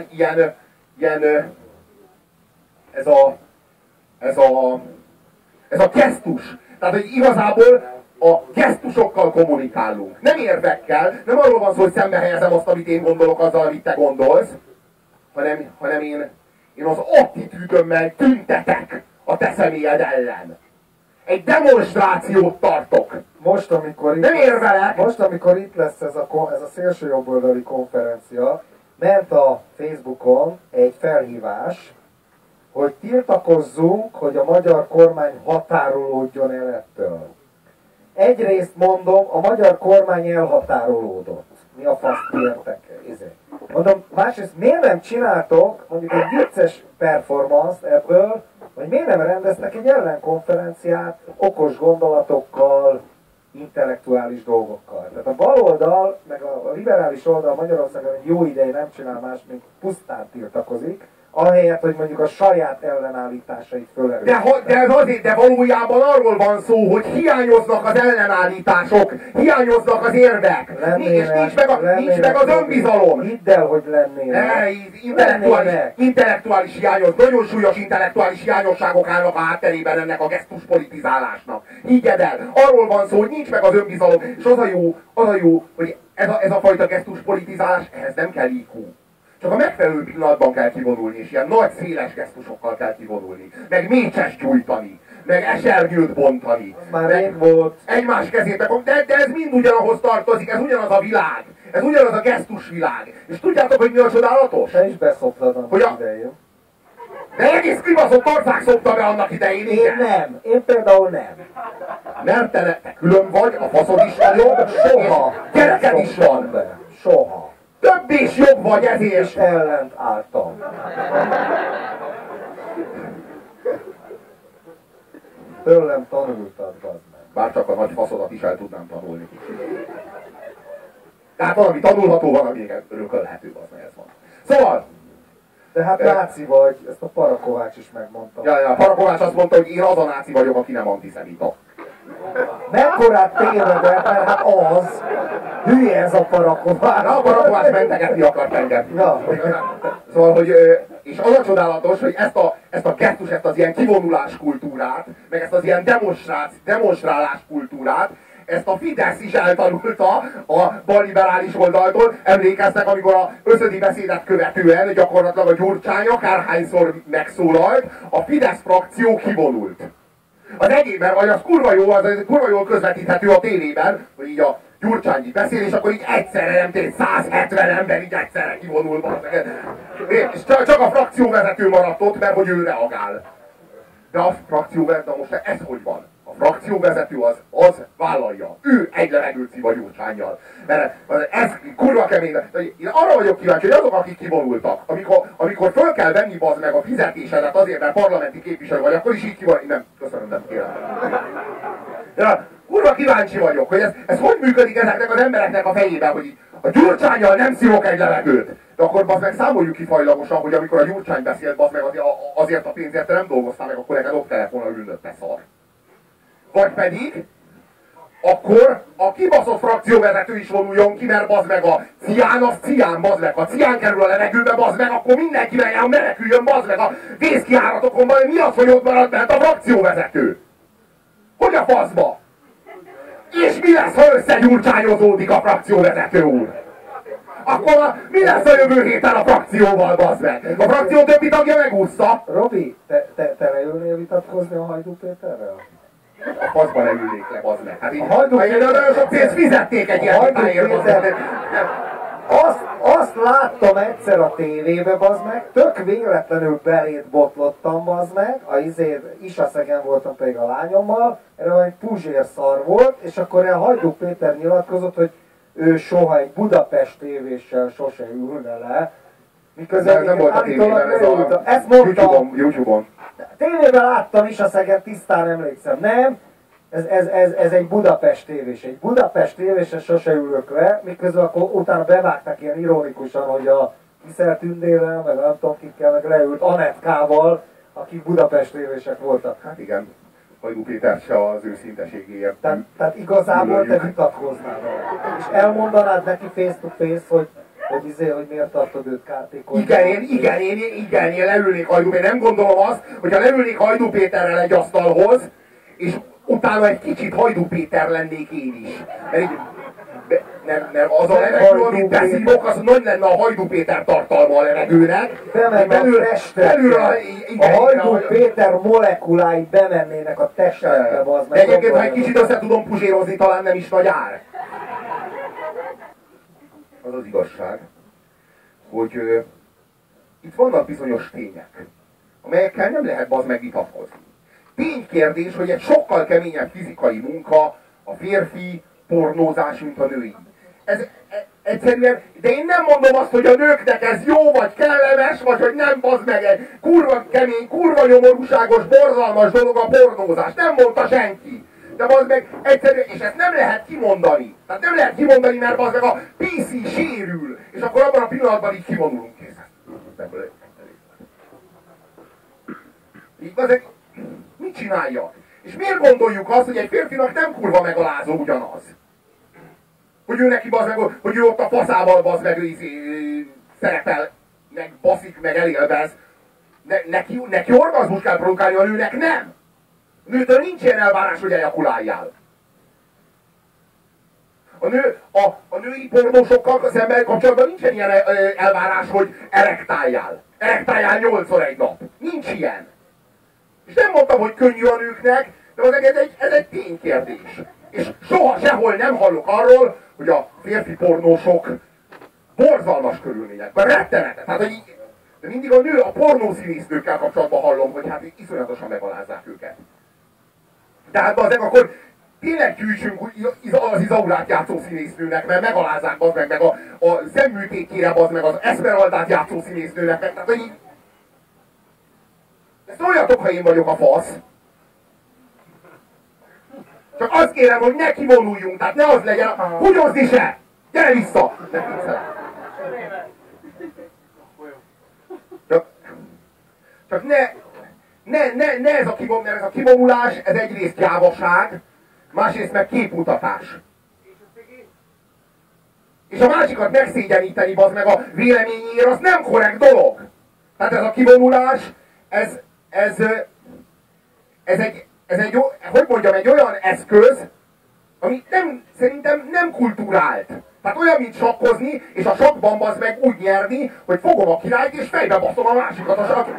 ez a gesztus. Tehát, hogy igazából a gesztusokkal kommunikálunk. Nem érvekkel, nem arról van szó, hogy szembe helyezem azt, amit én gondolok azzal, amit te gondolsz, hanem én az attitűdömmel tüntetek a te személyed ellen. Egy demonstrációt tartok. Most, amikor itt lesz ez a szélsőjobboldali konferencia, ment a Facebookon egy felhívás, hogy tiltakozzunk, hogy a magyar kormány határolódjon el ettől. Egyrészt mondom, a magyar kormány elhatárolódott. mi a faszt kértek? Mondom, másrészt miért nem csináltok mondjuk egy vicces performance ebből, vagy miért nem rendeztek egy ellenkonferenciát okos gondolatokkal, intellektuális dolgokkal. Tehát a baloldal, meg a liberális oldal Magyarországon egy jó ideje nem csinál más, mint pusztán tiltakozik, ahelyett, hogy mondjuk a saját ellenállításait fölerősítik. De valójában arról van szó, hogy hiányoznak az ellenállítások, hiányoznak az érvek, és nincs meg az önbizalom. Hidd el, hogy lennének. Intellektuális hiányos, nagyon súlyos intellektuális hiányosságok állnak a hátterében ennek a gesztuspolitizálásnak. Higgyed el, arról van szó, hogy nincs meg az önbizalom, és az a jó, hogy ez a fajta gesztuspolitizálás, ehhez nem kell IQ. Csak a megfelelő pillanatban kell kivonulni, és ilyen nagy, széles gesztusokkal kell kivonulni. Meg mécses gyújtani, meg esernyőt bontani. Már rég volt. Egymás kezébe, de ez mind ugyanahoz tartozik, ez ugyanaz a világ. Ez ugyanaz a gesztusvilág. És tudjátok, hogy mi a csodálatos? Te is beszoptad annak idején. De egész kibaszott ország szopta be annak idején, igen. Én nem. Én például nem. Mert te külön vagy, a faszod is nagyobb, soha. Gyereked is van. Be. Soha. Több és jobb vagy ezért. És ellent álltam. Tőlem tanultad, bazd meg. Bár csak a nagy faszodat is el tudnám tanulni. Tehát valami tanulható, valami örökölhető, az ez van. Szóval... De hát náci vagy, ezt a Parakovács is megmondta. Ja, Parakovács azt mondta, hogy én az a náci vagyok, aki nem antiszemita. Mekkorát tévedett, mert hát az, hülye ez a Parakovács. Na, a Parakovács mentegetni akart engem. Ja. Szóval, hogy, és az a csodálatos, hogy ezt a gesztus, ezt az ilyen kivonulás kultúrát, meg ezt az ilyen demonstrálás kultúrát, ezt a Fidesz is eltanulta a balliberális oldaltól. Emlékeztek, amikor a összödi beszédet követően gyakorlatilag a Gyurcsány akárhányszor megszólalt, a Fidesz frakció kivonult. Az egész, mert az kurva jól közvetíthető a tévében, hogy így a Gyurcsány így beszél, és akkor így egyszerre nem tényleg 170 ember így egyszerre kivonul. És csak a frakcióvezető maradt ott, mert hogy ő reagál. De a frakcióvezető, most ez hogy van? A frakcióvezető az vállalja. Ő egy levegőt szív a Gyurcsánnyal. Mert ez kurva kemény. Én arra vagyok kíváncsi, hogy azok, akik kivonultak, amikor föl kell venni bazd meg a fizetésedet azért, mert parlamenti képviselő vagy, akkor is így kivonulni. Nem, köszönöm, nem kérem. De kurva kíváncsi vagyok, hogy ez hogy működik ezeknek az embereknek a fejében, hogy a Gyurcsánnyal nem szívok egy levegőt. De akkor bazd meg számoljuk ki fajlagosan, hogy amikor a Gyurcsány beszélt, bazd meg azért a pénzért te nem dolgoztál meg, akkor neked ott kellett volna ülnöd, te szar. Vagy pedig, akkor a kibaszott frakcióvezető is vonuljon ki, mert bazd meg a cián, az cián, bazd meg. Ha cián kerül a levegőbe, bazd meg, akkor mindenki meneküljön, bazd meg a vészkijáratokon, majd mi az, hogy ott marad, mert a frakcióvezető? Hogy a faszba? És mi lesz, ha összegyurcsányozódik a frakcióvezető úr? Akkor mi lesz a jövő héten a frakcióval, bazd meg? A frakció többi tagja megúszta. Robi, te leülnél vitatkozni a Hajdú Péterrel? A faszban leülnék le, bazd meg. Hát így, nagyon sok pénzt fizették egy ilyen vitáért, bazd meg. Azt láttam egyszer a tévébe, bazd meg, tök véletlenül beléd botlottam, bazd meg, Isaszegen voltam pedig a lányommal, erre egy puzsér szar volt, és akkor a Hajdú Péter nyilatkozott, hogy ő soha egy Budapest tévéssel sose ülne le, miközben nem volt a tévében, ezt mondtam. YouTube-on. Tévében láttam Isaszegen, tisztán emlékszem, nem? Ez egy Budapest tévés. Egy Budapest tévésen sose ülök le, miközben akkor utána bevágták ilyen ironikusan, hogy a Kiszel Tündérrel, meg nem tudom kikkel, meg leült Anetkával, akik Budapest tévések voltak. Hát igen, Hajdú Péter se az őszinteségéért. Tehát igazából te vitatkoznál vele. És elmondanád neki face to face, hogy miért tartod őt kártékony. Igen, én leülnék Hajdú Péter. Nem gondolom azt, hogyha leülnék Hajdú Péterrel egy asztalhoz, és utána egy kicsit Hajdú Péter lennék én is. Mert az a levegő, amit beszívok, az nagy lenne a Hajdú Péter tartalma a levegőnek. Bemenne a testetbe. A Hajdú Péter molekulái bemennének a testetbe, az meg. Egyébként, ha egy kicsit össze tudom puzsérozni, talán nem is nagy ár. Az az igazság, hogy itt vannak bizonyos tények, amelyekkel nem lehet bazd meg vitatkozni. Ténykérdés, hogy egy sokkal keményebb fizikai munka a férfi pornózás, mint a női. egyszerűen, de én nem mondom azt, hogy a nőknek ez jó, vagy kellemes, vagy hogy nem, bazd meg, egy kurva kemény, kurva nyomorúságos, borzalmas dolog a pornózás. Nem mondta senki. De bazd meg, egyszerűen, és ezt nem lehet kimondani. Tehát nem lehet kimondani, mert bazd meg a PC sérül. És akkor abban a pillanatban így kivonulunk. Így bazd meg, mit csinálja? És miért gondoljuk azt, hogy egy férfinak nem kurva megalázó ugyanaz? Hogy ő neki bazd meg, hogy ő ott a faszával bazd meg szerepel, meg baszik, meg elélvez. Neki orgazmus kell produkálni, a nőnek nem. A nőtől nincs ilyen elvárás, hogy ejakuláljál. A női pornósokkal szemben kapcsolatban nincsen ilyen elvárás, hogy erektáljál. Erektáljál 8-szor egy nap. Nincs ilyen. És nem mondtam, hogy könnyű a nőknek, de ez egy ténykérdés. És soha sehol nem hallok arról, hogy a férfi pornósok borzalmas körülményekben, rettenetes. Hát, hogy de mindig a nő, a pornószínésznőkkel kapcsolatban hallom, hogy hát iszonyatosan megalázzák őket. Tehát azért akkor tényleg gyűjtsünk az Izaurát játszó színésznőnek, mert megalázzák meg a szemműtétjére meg az Esmeraldát játszó színésznőnek, tehát hogy így... Ezt olyatok, ha én vagyok a fasz. Csak azt kérem, hogy ne kivonuljunk, tehát ne az legyen, húgyozni se! Gyere vissza! Csak ne ez a kivonulás, mert ez a kivonulás, ez egyrészt gyávaság, másrészt meg képmutatás. És a másikat megszégyeníteni, bazd meg a véleményéért, az nem korrekt dolog. Tehát ez a kivonulás, ez egy, hogy mondjam, egy olyan eszköz, ami szerintem nem kulturált. Tehát olyan, mint sakkozni, és a sakkban bazd meg úgy nyerni, hogy fogom a királyt, és fejbe baszom a másikat a sakk.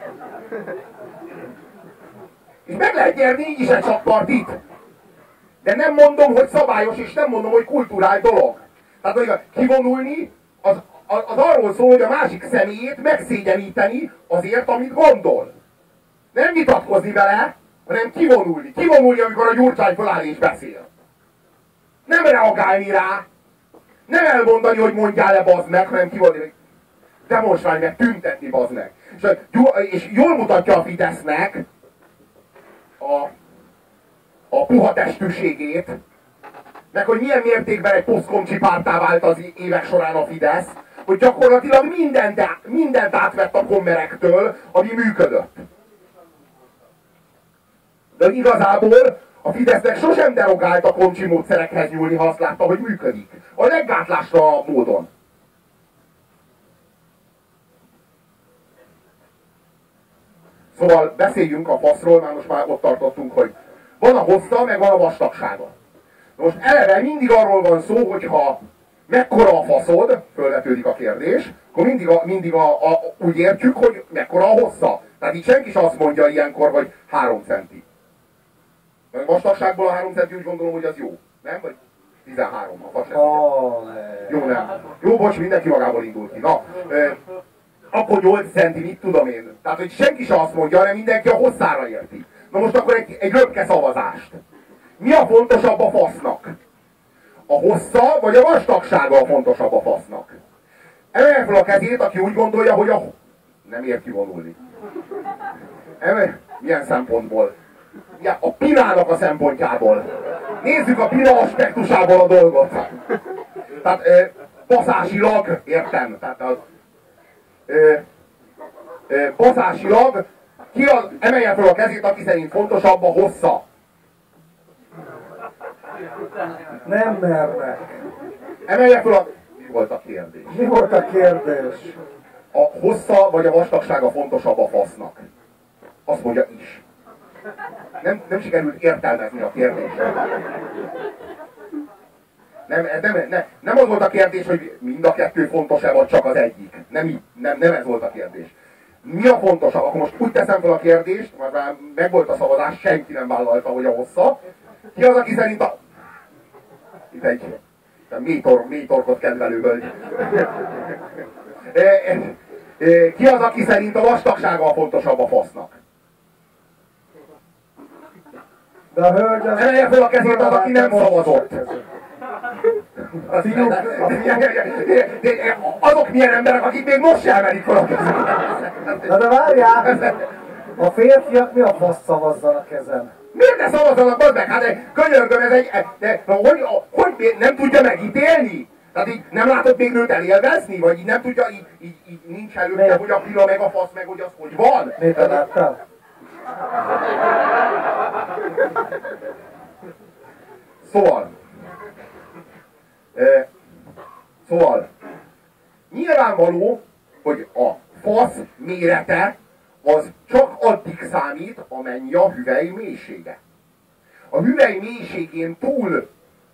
És meg lehet nyerni így is egy sakkpartit. De nem mondom, hogy szabályos, és nem mondom, hogy kulturált dolog. Tehát, hogy kivonulni, az arról szól, hogy a másik személyét megszégyeníteni azért, amit gondol. Nem vitatkozni vele, hanem kivonulni. Kivonulni, amikor a Gyurcsány feláll és beszél. Nem reagálni rá. Nem elmondani, hogy mondjál le, bazd meg, hanem kivonulni. Demonstrálni meg, tüntetni, bazd meg. És jól mutatja a Fidesznek a puha testűségét, meg hogy milyen mértékben egy posztkomcsi párttá vált az évek során a Fidesz, hogy gyakorlatilag mindent átvett a kommerektől, ami működött. De igazából a Fidesznek sosem derogált a komcsi módszerekhez nyúlni, ha azt látta, hogy működik. A leggátlásra módon. Szóval beszéljünk a faszról, már most már ott tartottunk, hogy van a hossza, meg van a vastagsága. Most eleve mindig arról van szó, hogyha mekkora a faszod, fölvetődik a kérdés, akkor mindig úgy értjük, hogy mekkora a hossza. Tehát így senki sem azt mondja ilyenkor, hogy 3 centi. A vastagságból a 3 centi úgy gondolom, hogy az jó. Nem? Vagy 13 a fasem. Jó, nem. Jó, bocs, mindenki magából indul ki. Na, akkor 8 centi, mit tudom én. Tehát, hogy senki sem azt mondja, hanem mindenki a hosszára érti. Na most akkor egy röpke szavazást. Mi a fontosabb a fasznak? A hossza vagy a vastagsága a fontosabb a fasznak? Emelje fel a kezét, aki úgy gondolja, hogy nem ér kivonulni. Milyen szempontból? Ja, a pinának a szempontjából. Nézzük a pina aspektusából a dolgot. Tehát baszásilag, értem, tehát baszásilag emelje fel a kezét, aki szerint fontosabb a hossza. Nem mernek. Emelje fel a... Mi volt a kérdés? Mi volt a kérdés? A hossza vagy a vastagsága fontosabb a fasznak? Azt mondja is. Nem sikerült értelmezni a kérdést. Nem az volt a kérdés, hogy mind a kettő fontos-e, vagy csak az egyik. Nem ez volt a kérdés. Mi a fontosabb? Akkor most úgy teszem fel a kérdést, mert már megvolt a szavazás, senki nem vállalta, hogy a hossza. Ki az, aki szerint a... Itt egy mély torkot kedvelő hölgy. Ki az, aki szerint a vastagsága a fontosabb a fasznak? De a hölgy az... Emelje fel a kezét az, aki nem szavazott. Azok milyen emberek, akik még most sem emelik fel a kezüket. Na de várjál! A férfiak mi a fasz szavazzanak ezen? Miért ne szavazzanak, bazd meg? Hát könyörgöm, ez egy... hogy nem tudja megítélni? Tehát így nem látod még nőt elélvezni? Vagy így nem tudja, így nincs előtte, hogy a pila meg a fasz meg, hogy az hogy van? Miért te láttál? Szóval, nyilvánvaló, hogy a fasz mérete az csak addig számít, amennyi a hüvely mélysége. A hüvely mélységén túl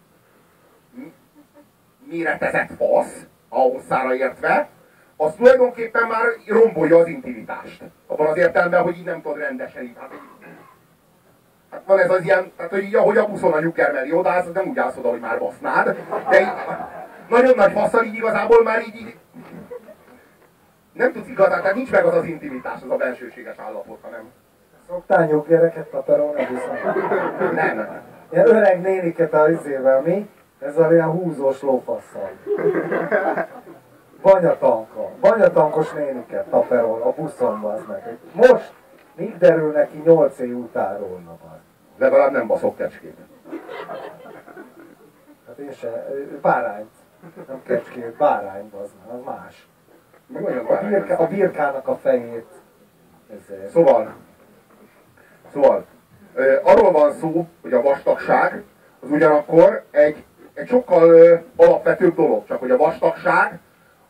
méretezett fasz, a hosszára értve, az tulajdonképpen már rombolja az intimitást. Abban az értelemben, hogy így nem tudod rendesen így. Hát van ez az ilyen, tehát hogy így, ahogy a buszon a nyugger mellé odaállsz, az nem úgy állsz oda, hogy már basznád, de így nagyon nagy fasszal így igazából már így nem tudsz igazán, tehát nincs meg az az intimitás, az a bensőséges állapot, hanem... Szoktál nyuggereket taperolni a buszon? Nem. Ilyen öreg néniket a izével, mi? Ezzel ilyen húzós lófasszal. Banyatankos néniket taperol a buszon, az meg. Most még derül neki 8 év után rólna már. Legalább nem baszok kecskét. Hát én se, bárányt. Nem kecskét, bárány, az más. A birkának a fejét. Ezért. Szóval, arról van szó, hogy a vastagság az ugyanakkor egy sokkal alapvetőbb dolog, csak hogy a vastagság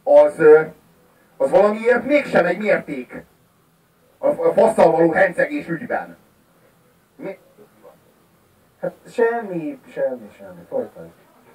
az valamiért mégsem egy mérték a fasszal való hencegés ügyben. Hát semmi. Folytatjuk.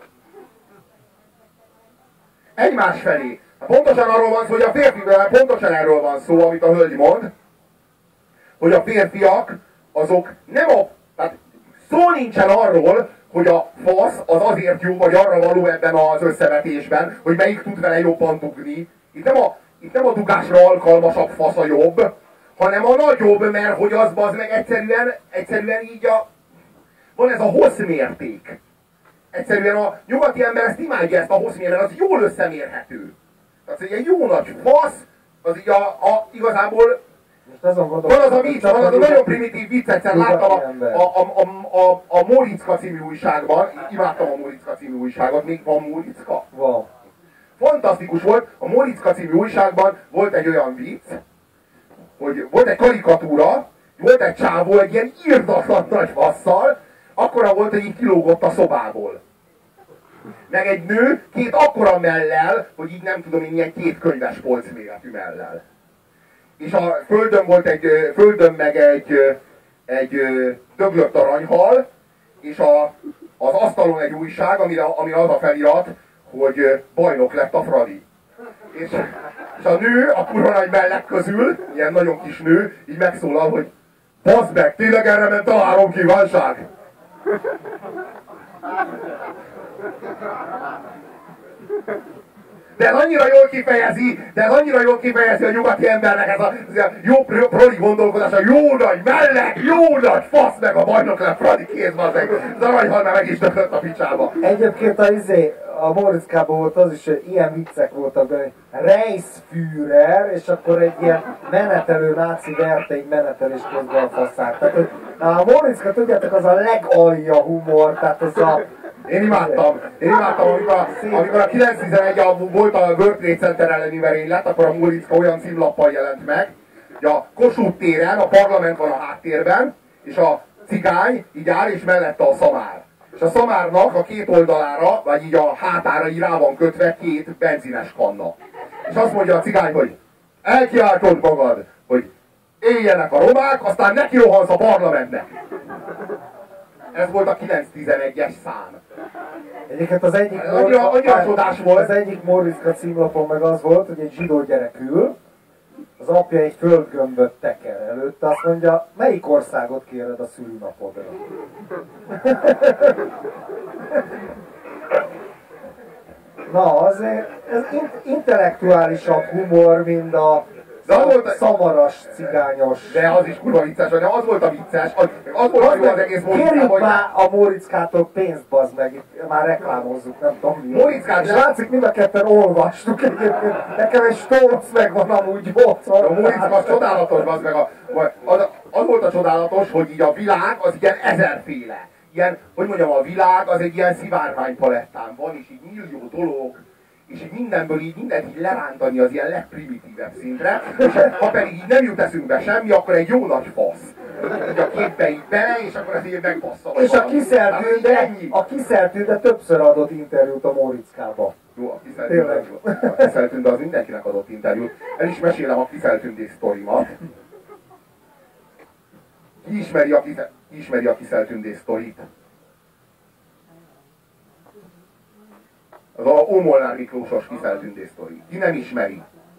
Egymás felé. Pontosan arról van szó, hogy a férfivel pontosan erről van szó, amit a hölgy mond, hogy a férfiak azok nem tehát szó nincsen arról, hogy a fasz az azért jó, vagy arra való ebben az összevetésben, hogy melyik tud vele jobban dugni. Itt nem a dugásra alkalmasabb fasz a jobb, hanem a nagyobb, mert hogy az bazd meg egyszerűen így van ez a hosszmérték. Egyszerűen a nyugati ember ezt imádja, ezt a hosszmértet, az jól összemérhető. Tehát egy jó nagy fasz, az így igazából van az a vicc, van az a nagyon primitív vicc, egyszer láttam a Móriczka című újságban, imádtam a Móriczka című újságot, még van Móriczka? Van. Fantasztikus volt, a Móriczka című újságban volt egy olyan vicc, hogy volt egy karikatúra, volt egy csávó egy ilyen irdatlan nagy fasszal, akkora volt, hogy így kilógott a szobából. Meg egy nő két akkora mellel, hogy így nem tudom én, ilyen 2 könyves polc méretű mellel. És a földön meg egy döglött aranyhal, és az asztalon egy újság, amire az a felirat, hogy bajnok lett a Fradi. És a nő, a kurva nagy mellek közül, ilyen nagyon kis nő, így megszólal, hogy baszd meg, tényleg erre ment a 3 kívánság? De ez annyira jól kifejezi a nyugati embernek ez a jó proli gondolkodása, jó nagy mellek, jó nagy fasz, meg a bajnok lett Fradi kézben, az aranyhal meg is döklött a picsába. Egyébként a Móriczkában volt az is, hogy ilyen viccek voltak, hogy Reichsführer, és akkor egy ilyen menetelő náci verte egy menetelés közben a faszát. Tehát, hogy a Móriczka, tudjátok, az a legalja humor, tehát az a... Én imádtam, amikor a 911 volt a World Trade Center elleni merénylet, akkor a Móriczka olyan címlappal jelent meg, hogy a Kossuth téren a parlament van a háttérben, és a cigány így áll, és mellette a szamár. És a szamárnak a 2 oldalára, vagy így a hátára így rá van kötve 2 benzines kanna. És azt mondja a cigány, hogy elkiáltod magad, hogy éljenek a romák, aztán neki rohansz a parlamentnek. Ez volt a 911-es szám. Egyébként az egyik volt. Az egyik Móriczka címlapon meg az volt, hogy egy zsidó gyerek ül, az apja egy földgömböt teker előtte, azt mondja, melyik országot kéred a szülőnapodra? Na, azért ez intellektuálisabb humor, mint a szamaras, cigányos. De az is kurva vicces, de az volt a vicces, az volt a jó az egész Móriczkában. Kérjük már a Móriczkától pénzt, bazd meg, itt már reklámozzuk, nem tudom mi. Móriczkát, és látszik, mind a ketten olvastuk egyébként. Nekem egy stolc megvan amúgy 80. A Móriczka az csodálatos, bazd meg. Az volt a csodálatos, hogy így a világ az ilyen ezerféle. Ilyen, hogy mondjam, a világ az egy ilyen szivárványpalettán van, és így millió dolog, és így mindenből így mindent így lerántani az ilyen legprimitívebb szintre, és ha pedig így nem jut eszünkbe semmi, akkor egy jó nagy fasz. Így a képbe így bele, és akkor az így megbassza. És a Kiszertőde többször adott interjút a Móriczkába. Jó, a Kiszertőde az mindenkinek adott interjút. El is mesélem a Kiszertőde sztorimat. Ki ismeri a Kiszertőde sztorit? Az a Ómolnár Miklósos Kiszertőde sztori. Ki nem ismeri?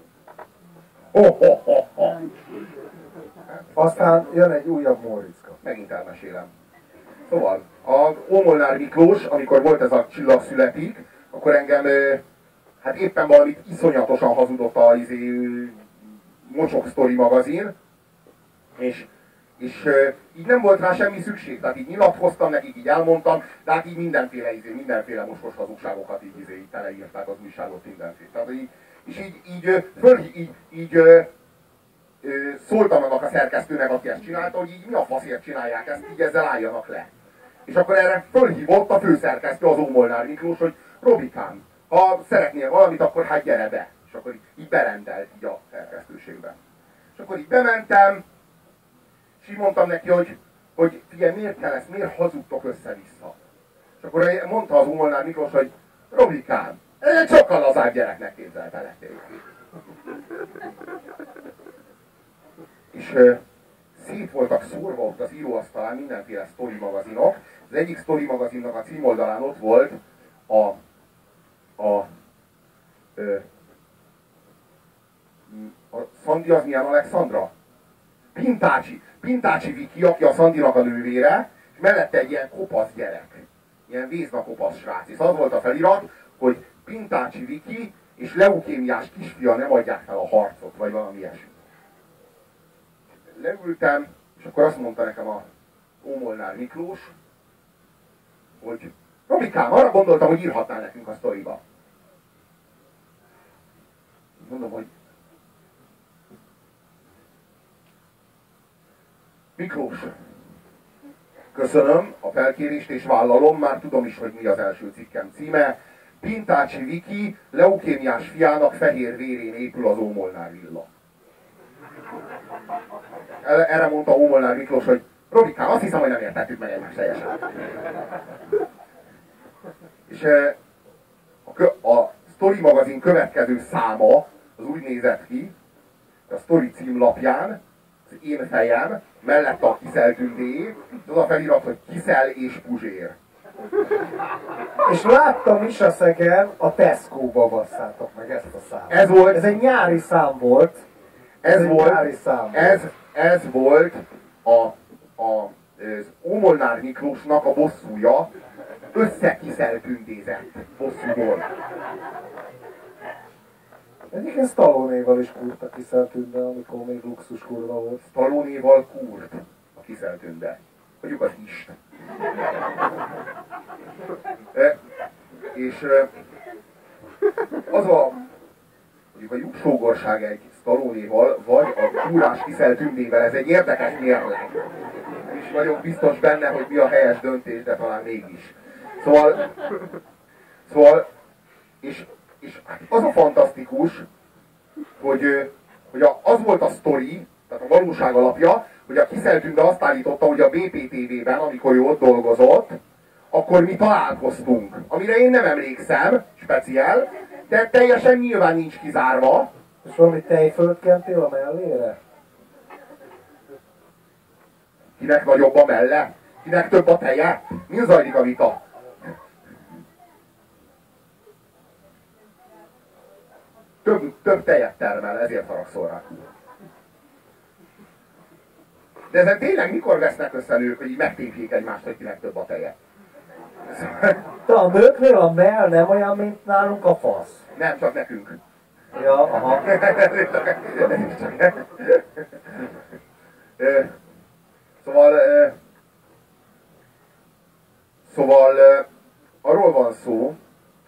Aztán jön egy újabb Móriczka. Megint elmesélem. Szóval, az Ómolnár Miklós, amikor volt ez a Csillag születik, akkor engem hát éppen valamit iszonyatosan hazudott a Mocsok Sztori magazin, és így nem volt rá semmi szükség, tehát így nyilatkoztam nekik, így elmondtam, de hát így mindenféle mocskos hazugságokat így teleírták az újságot mindenféle. Tehát így szóltam annak a szerkesztőnek, aki ezt csinálta, hogy így mi a faszért csinálják ezt, így ezzel álljanak le. És akkor erre fölhívott a főszerkesztő, az Ómolnár Miklós, hogy Robikám, ha szeretnél valamit, akkor hát gyere be. És akkor így berendelt így a szerkesztőségbe. És akkor így bementem, és így mondtam neki, hogy figyelj, miért kell ezt, miért hazudtok össze-vissza? És akkor mondta az Ómolnár Miklós, hogy Robikám, ez egy sokkal lazább gyereknek képzeltelek. És szét voltak szórva ott az íróasztalán mindenféle sztori magazinok. Az egyik sztori magazinnak a címoldalán ott volt a Szandi az milyen Alexandra? Pintácsi Viki, aki a Szandinak a nővére, és mellette egy ilyen kopasz gyerek. Ilyen vézna kopasz srác. És az volt a felirat, hogy Pintácsi Viki és leukémiás kisfia nem adják fel a harcot, vagy valami ilyesmi. Leültem, és akkor azt mondta nekem a Ómolnár Miklós, hogy Robikám, arra gondoltam, hogy írhatnál nekünk a sztoriba. Mondom, hogy Miklós, köszönöm a felkérést és vállalom, már tudom is, hogy mi az első cikkem címe. Pintácsi Viki leukémiás fiának fehér vérén épül az Ómolnár villa. Erre mondta Ómolnár Miklós, hogy Robikám, azt hiszem, hogy nem értettük meg egymást teljesen. És a Sztori magazin következő száma az úgy nézett ki, a Sztori címlapján, az én fejem, mellette a Kiszel Tündé, az a felirat, hogy Kiszel és Puzsér. És láttam is a Szegen, a Tesco-ba basszátok meg ezt a számot. Ez egy nyári szám volt. Ez volt az Ómolnár Miklósnak a bosszúja, összekiszel tündézett bosszúból. Egyébként Stallone-val is kúrt a Kiszel Tünde, amikor még luxus kurva volt. Stallone-val kúrt a Kiszel Tünde. Mondjuk az Isten. És az mondjuk a lyuksógorság egy Stallone-val, vagy a kúrás Kiszel Tündével, ez egy érdekes mérleg. És vagyok biztos benne, hogy mi a helyes döntés, de talán mégis. Szóval és az a fantasztikus, hogy az volt a sztori, tehát a valóság alapja, hogy a Kiszel Tünde azt állította, hogy a BPTV-ben, amikor ő ott dolgozott, akkor mi találkoztunk. Amire én nem emlékszem, speciál, de teljesen nyilván nincs kizárva. És valami tejfölt kentél a mellére? Kinek nagyobb a melle? Kinek több a teje? Min zajlik a vita? Több tejet termel, ezért haragszol rá. De ezen tényleg mikor vesznek össze nők, hogy így megtépjék egymást, hogy kinek több a teje? De a nőknél a mell nem olyan, mint nálunk a fasz. Nem, csak nekünk. Ja, aha. Szóval arról van szó,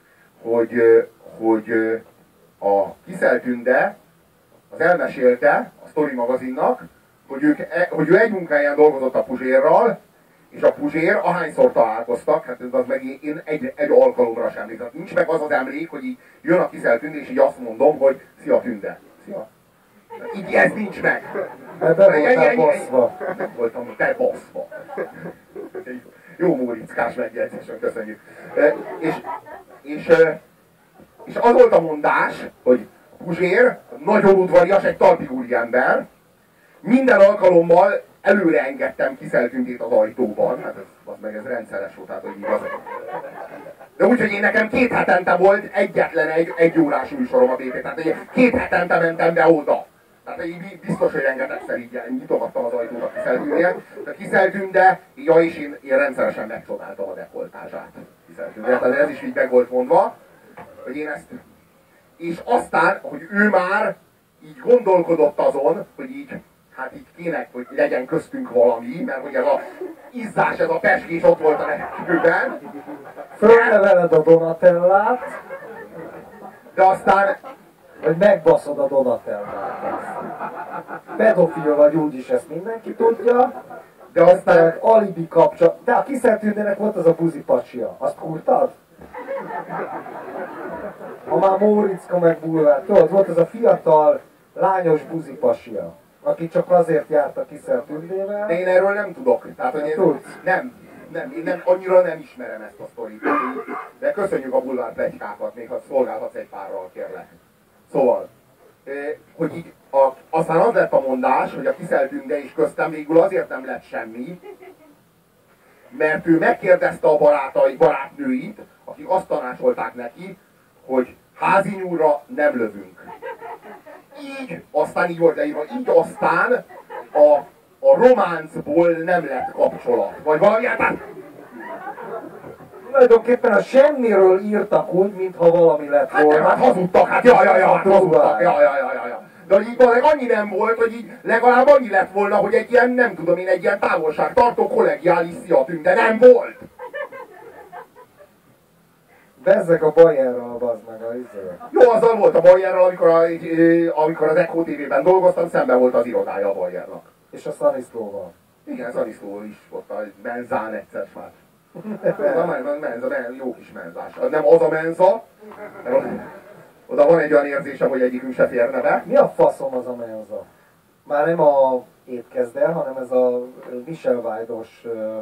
hogy a Kissel Tünde az elmesélte a Story magazinnak, hogy ő egy munkáján dolgozott a Puzsérral, és a Puzsér ahányszor találkoztak, hát az meg én egy alkalomra sem emlékszem. Nincs meg az az emlék, hogy így jön a Kissel Tünde, és így azt mondom, hogy szia Tünde. Szia. Így ez nincs meg. Be voltál baszva. Nem voltam, te baszva. Jó mórickás megjegyzésen, köszönjük. És az volt a mondás, hogy Puzsér nagyon udvarias, egy talpi úriember, minden alkalommal előre engedtem Kissel Tündét az ajtóban, hát ez rendszeres volt, tehát hogy igaz. De úgyhogy én nekem 2 hetente volt egyetlen egy órás műsorom a BP, tehát 2 hetente mentem be oda. Tehát így biztos, hogy rengetegszer így nyitogattam az ajtót a Kissel Tündének. A Kissel Tünde, ja, és én rendszeresen megcsodáltam a dekoltázsát Kissel Tündének, tehát ez is így meg volt mondva, hogy én ezt... És aztán, hogy ő már így gondolkodott azon, hogy így, hát így kéne, hogy legyen köztünk valami, mert hogy ez a izzás, ez a peskés ott volt a levegőben. Fölneveled a Donatellát, De aztán... hogy megbaszod a Donatellát. Pedofil vagy úgyis, ezt mindenki tudja. De aztán... Alibi kapcsolat. De a Kissel Tündének volt az a buzipacsia. Azt kurtad? Ha már Móriczka meg Bulvár. Tudod, volt az a fiatal, lányos buzipasia, aki csak azért járt a Kissel Tündével. De én erről nem tudok. Tehát, hogy én annyira nem ismerem ezt a sztorit. De köszönjük a bulvár pletykákat, még ha szolgálhatsz egy párral, kérlek. Szóval, hogy így aztán az lett a mondás, hogy a Kissel Tünde is köztem végül azért nem lett semmi, mert ő megkérdezte a barátnőit, akik azt tanácsolták neki, hogy házi nyúlra nem lövünk. Így, aztán így volt leírva, így aztán a románcból nem lett kapcsolat. Vagy valami, hát... Tulajdonképpen a semmiről írtak úgy, mintha valami lett volna. Hát hazudtak, hát hazudtak, ja. De hogy így annyi nem volt, hogy így legalább annyi lett volna, hogy egy ilyen, nem tudom én, egy ilyen távolságtartó kollegiális szia Tünde nem volt. Bezzeg a Bayerral, bazd meg a izé. Jó, azzal volt a Bayerral, amikor az Echo TV-ben dolgoztam, szemben volt az irodája a Bayernak. És a Szaniszlóval. Igen, Szaniszló is ott a menzán egyszer már. A menza, jó kis menzás. Nem az a menza, mert oda van egy olyan érzésem, hogy egyikünk se férne be. Mi a faszom az a menza? Már nem a étkezd el, hanem ez a Michel Vájdos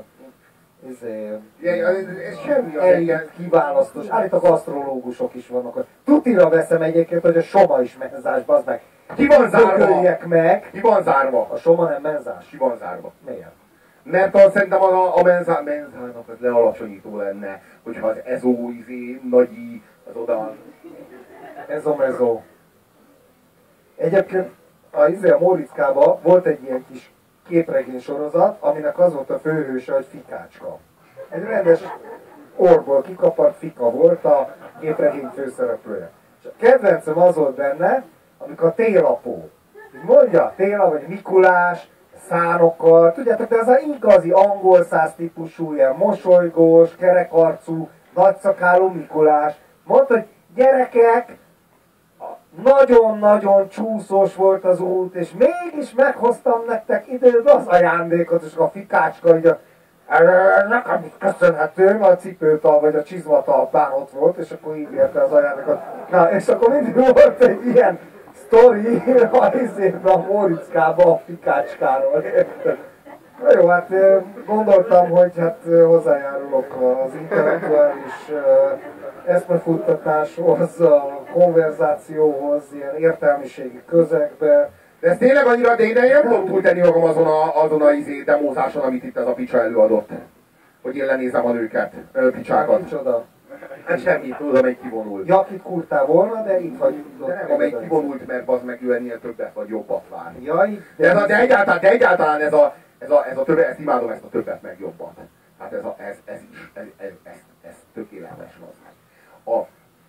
ez semmi elég kiválasztós. Állítólag asztrológusok is vannak. Tutira veszem egyébként, hogy a Soma is menzás, bazd meg. Ki van zárva? Meg. Ki van zárva? A Soma nem menzás. Ki van zárva? Miért? Mert szerintem a menzának az lealacsonyító lenne, hogyha az ezó, nagyi, az oda... Ezo-mezo. Egyébként a Móriczkában volt egy ilyen kis képregény sorozat, aminek az volt a főhőse, hogy Fikácska. Egy rendes orból kikapart fika volt a képregény főszereplője. És a kedvencem az volt benne, amikor a Télapó. Mondja, Téla vagy Mikulás, szánokkal, tudjátok, de ez az igazi angol száz típusú, ilyen mosolygós, kerekarcú, nagyszakálú Mikulás. Mondta, hogy gyerekek, nagyon-nagyon csúszós volt az út, és mégis meghoztam nektek időd az ajándékot, és a Fikácska így nekem is köszönhető, a cipőtal vagy a csizmatalpán ott volt, és akkor így érte az ajándékot. Na, és akkor mindig volt egy ilyen sztori a Móriczkában a Fikácskáról. Na jó, hát gondoltam, hogy hát hozzájárulok az intellektuális eszmefuttatáshoz, a konverzációhoz, ilyen értelmiségi közegbe. De ez tényleg annyira, de én nem tudom túltenni magam azon a demózáson, amit itt ez a picsa előadott. Hogy én lenézem a nőket, picsákat. Micsoda? Hát semmit, tudom, amelyik kivonult. Ja, akit kurtál volna, de itt vagy. De nem, amelyik kivonult, mert az meg ő ennél többet vagy jobbat vár. Jaj, de egyáltalán ez a többet, ezt imádom, ezt a többet meg jobbat. Hát ez tökéletes az.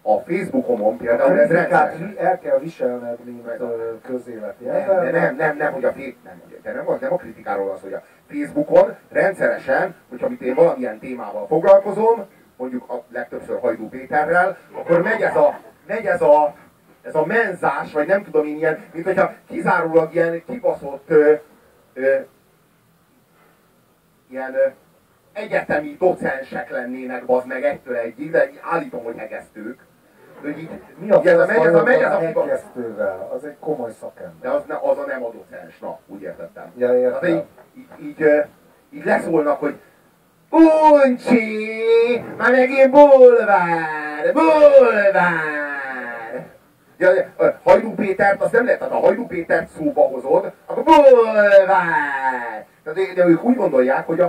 a Facebookomon például ez rendszeresen. El kell viselned, mint közéleti ember. Nem, hogy nem a kritikáról az, hogy a Facebookon rendszeresen, hogyha én valamilyen témával foglalkozom, mondjuk a legtöbbször Hajdú Péterrel, akkor megy ez a menzás, vagy nem tudom én ilyen, mint hogyha kizárólag ilyen kibaszott ilyen egyetemi docensek lennének, bazd meg egytől egyig, de állítom, hogy hegesztők. Mi a hegesztővel? Az egy komoly szakember. De az a nem a docens, na, úgy értettem. Ja, értem. Így leszólnak, hogy Uncsi! Már megint bulvár! Ja, Hajdú Pétert, azt nem lehet, tehát a Hajdú Pétert szóba hozod, akkor bulvár! De ők úgy gondolják, hogy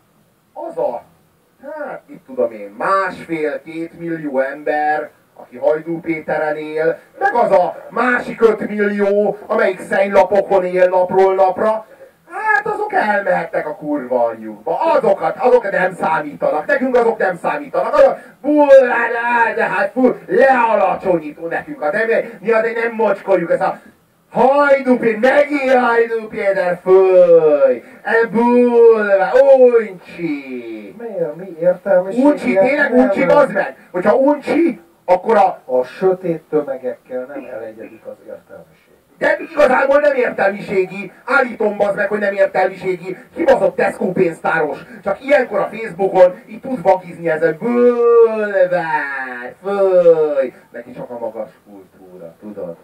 hát itt tudom én, 1,5-2 millió ember, aki Hajdú Péteren él, meg az a másik 5 millió, amelyik szennylapokon él napról napra, hát azok elmehettek a kurva anyjukba. Azok nem számítanak. Nekünk azok nem számítanak. De hát lealacsonyító nekünk. Mi azért nem mocskoljuk ezt a Hajdú Péter, megint Hajdú Péter, főj! Bulvár, Uncsi! Miért? Mi értelmiség? Uncsi, tényleg Uncsi, bazd meg! Hogyha Uncsi, akkor a sötét tömegekkel nem elegyedik az értelmiség. De igazából nem értelmiségi, állítom bazd meg, hogy nem értelmiségi, kibaszott Tesco pénztáros. Csak ilyenkor a Facebookon így tud vagizni ezzel, bulvár, főj! Neki csak a magas kultúra, tudod?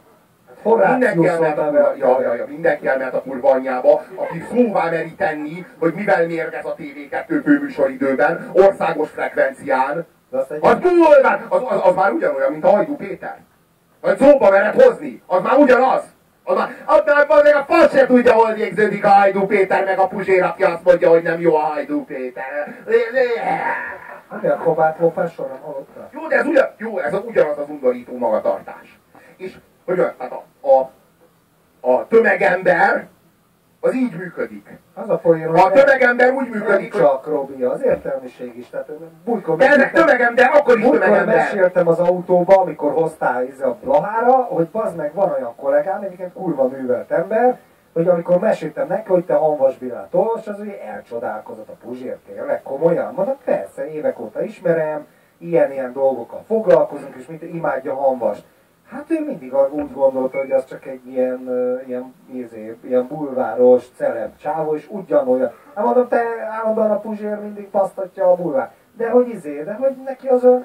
Mindenki elment a kurva anyjába, aki szóvá meri tenni, hogy mivel mérgez a TV2 főműsoridőben, országos frekvencián. Az bulvár, az már ugyanolyan, mint a Hajdú Péter. Vagy szóba mered hozni, az már ugyanaz. Az már a fasz se tudja, hol végződik a Hajdú Péter, meg a Puzsér, aki azt mondja, hogy nem jó a Hajdú Péter. De a kabátlópásról nem hallottál? Jó, ez ugyanaz az undorító magatartás. És hogy hát a tömegember az így működik. Az a poén, a tömegember úgy működik, nem csak Robi, az értelmiség is. Tehát, de ezek tömegember, akkor is tömegember. Meséltem az autóba, amikor hoztál a Blahára, hogy bazd meg, van olyan kollégám, egyébként kurva művelt ember, hogy amikor meséltem neki, hogy te Hanvas Bélát olvas, az ugye elcsodálkozott a Puzsér, tényleg komolyan. Mondom, persze, évek óta ismerem, ilyen dolgokkal foglalkozunk, és mint imádja Hanvast. Hát ő mindig úgy gondolta, hogy az csak egy ilyen bulváros, celeb csávó, és ugyanolyan. Hát mondom, te állandóan a Puzsér mindig pasztatja a bulvár. De hogy neki az olyan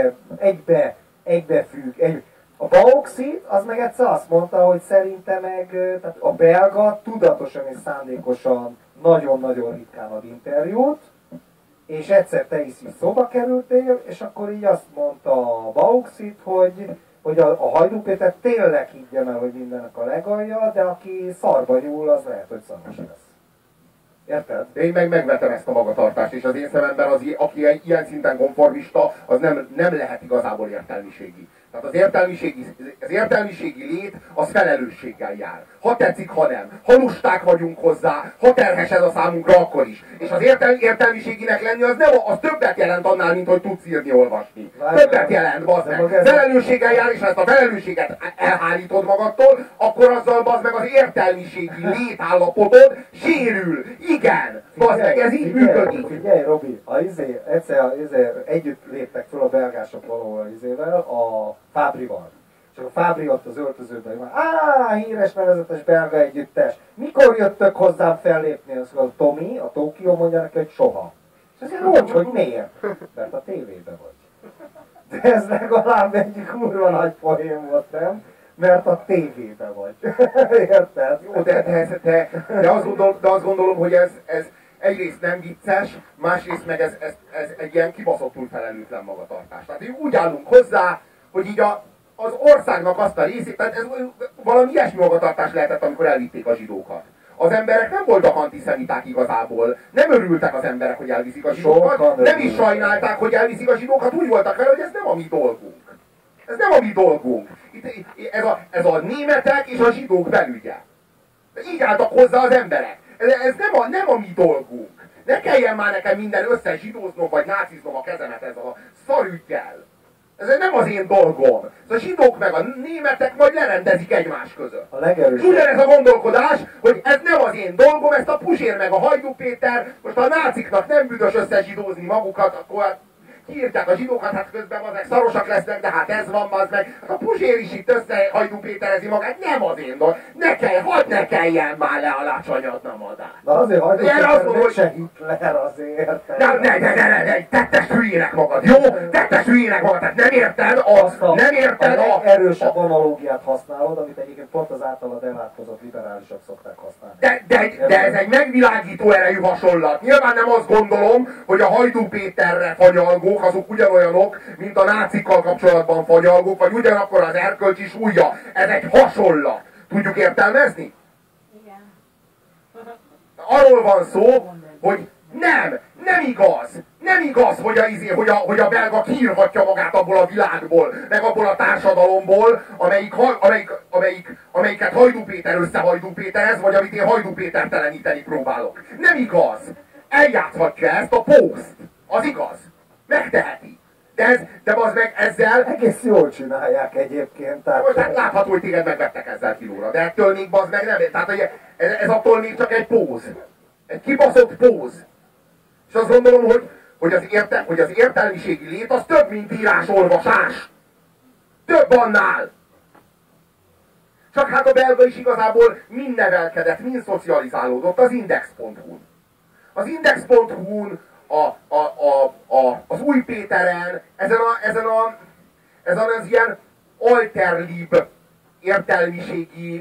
egybefügg. A Bauxit, az meg egyszer azt mondta, hogy szerinte meg tehát a belga tudatosan és szándékosan nagyon-nagyon ritkán ad interjút, és egyszer te is szóba kerültél, és akkor így azt mondta a Bauxit, hogy a Hajdú Péter tényleg higgyen el, hogy mindennek a legalja, de aki szarba nyúl, az lehet, hogy szaros lesz. Érted? Én meg megvetem ezt a magatartást, és az én szememben aki ilyen szinten konformista, az nem lehet igazából értelmiségi. Tehát az értelmiségi lét az felelősséggel jár. Ha tetszik, ha nem. Ha lusták vagyunk hozzá, ha terhes ez a számunkra, akkor is. És az értelmiséginek lenni az többet jelent annál, mint hogy tudsz írni, olvasni. Többet jelent, bazd meg. Felelősséggel jár, és ha ezt a felelősséget elhárítod magadtól, akkor azzal bazd meg az értelmiségi létállapotod sérül. Igen, bazd meg, ez így működik. Figyelj, Robi, egyszer együtt léptek föl a belgások valahol a Fábrival. Csak a Fábri ott az öltözőben, hogy híres nevezetes belga együttes. Mikor jöttök hozzám fellépni? Azt a Tomi, a Tokió mondja neki, hogy soha. És azért mondj, hogy miért? Mert a tévében vagy. De ez legalább egy kurva nagy poén volt, nem? Mert a tévében vagy. Érted? Jó, de azt gondolom, hogy ez egyrészt nem vicces, másrészt meg ez egy ilyen kibaszottul felelőtlen magatartás. Tehát úgy állunk hozzá, hogy így az országnak azt a részét, tehát ez valami ilyesmi magatartás lehetett, amikor elvitték a zsidókat. Az emberek nem voltak antiszemiták igazából, nem örültek az emberek, hogy elviszik a zsidókat, nem is sajnálták, hogy elviszik a zsidókat, úgy voltak vele, hogy ez nem a mi dolgunk. Ez nem a mi dolgunk. Ez a németek és a zsidók belügye. Így álltak hozzá az emberek. Ez nem a mi dolgunk. Ne kelljen már nekem minden összezsidóznom, vagy náciznom a kezemet ezzel a szarüggyel. Ez nem az én dolgom. Ez a zsidók meg a németek majd lerendezik egymás között. A legerősebb. Ugyanez a gondolkodás, hogy ez nem az én dolgom, ezt a Puzsér meg a Hajdú Péter, most a náciknak nem büdös összezsidózni magukat, akkor kiírták a zsidókat, hát közben azek szarosak lesznek, de hát ez van, az meg. Hát a Puzsér is itt össze Hajdú Péterezi magát, nem az én dolgom. Hadd ne kelljen már le a lácsanyadna madár. Na azért Hajdú Péter hogy... se Hitler azért. Ne, tettes hülyének magad, jó? Tettes hülyének magad, tehát nem érted a erősebb analógiát használod, amit egyébként pont az általad elátkozott liberálisok szokták használni. De ez egy megvilágító erejű hasonlat. Nyilván nem azt gondolom, hogy a Hajdú Péterre fanyalgók, azok ugyanolyanok, mint a nácikkal kapcsolatban fanyalgók, vagy ugyanakkor az erkölcsi súlya. Ez egy hasonlat. Tudjuk értelmezni? Igen. Arról van szó, hogy nem igaz, hogy a belga kiírhatja magát abból a világból, meg abból a társadalomból, amelyiket Hajdú Péter Hajdú Péterez, vagy amit én Hajdú Péterteleníteni próbálok. Nem igaz. Eljátszhatja ezt a Post. Az igaz. Megteheti. De az meg ezzel... Egész jól csinálják egyébként. Tehát látható, hogy téged megvettek ezzel kilóra. De ettől még bazd meg nem... Tehát ez attól még csak egy póz. Egy kibaszott póz. És azt gondolom, hogy az értelmiségi lét az több, mint írás-olvasás. Több annál. Csak hát a belga is igazából mind nevelkedett, mind szocializálódott az Index.hu-n. Az Index.hu-n, az Új Péteren, ezen az ilyen alterlib értelmiségi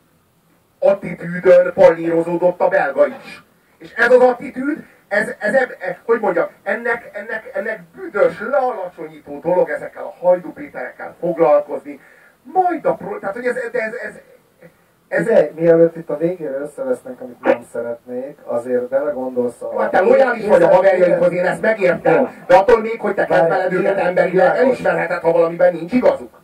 attitűdön pallírozódott a belga is. És ez az attitűd, hogy mondjam, ennek büdös, lealacsonyító dolog ezekkel a Hajdú Péterekkel foglalkozni. Majd tehát, hogy ez mielőtt itt a végére összevesznek, amit nem szeretnék, azért belegondolsz a... Hát te lojális vagy a haverjaidhoz, én ezt megértem. De attól még, hogy te kedveled őket emberileg, elismerheted, ha valamiben nincs igazuk.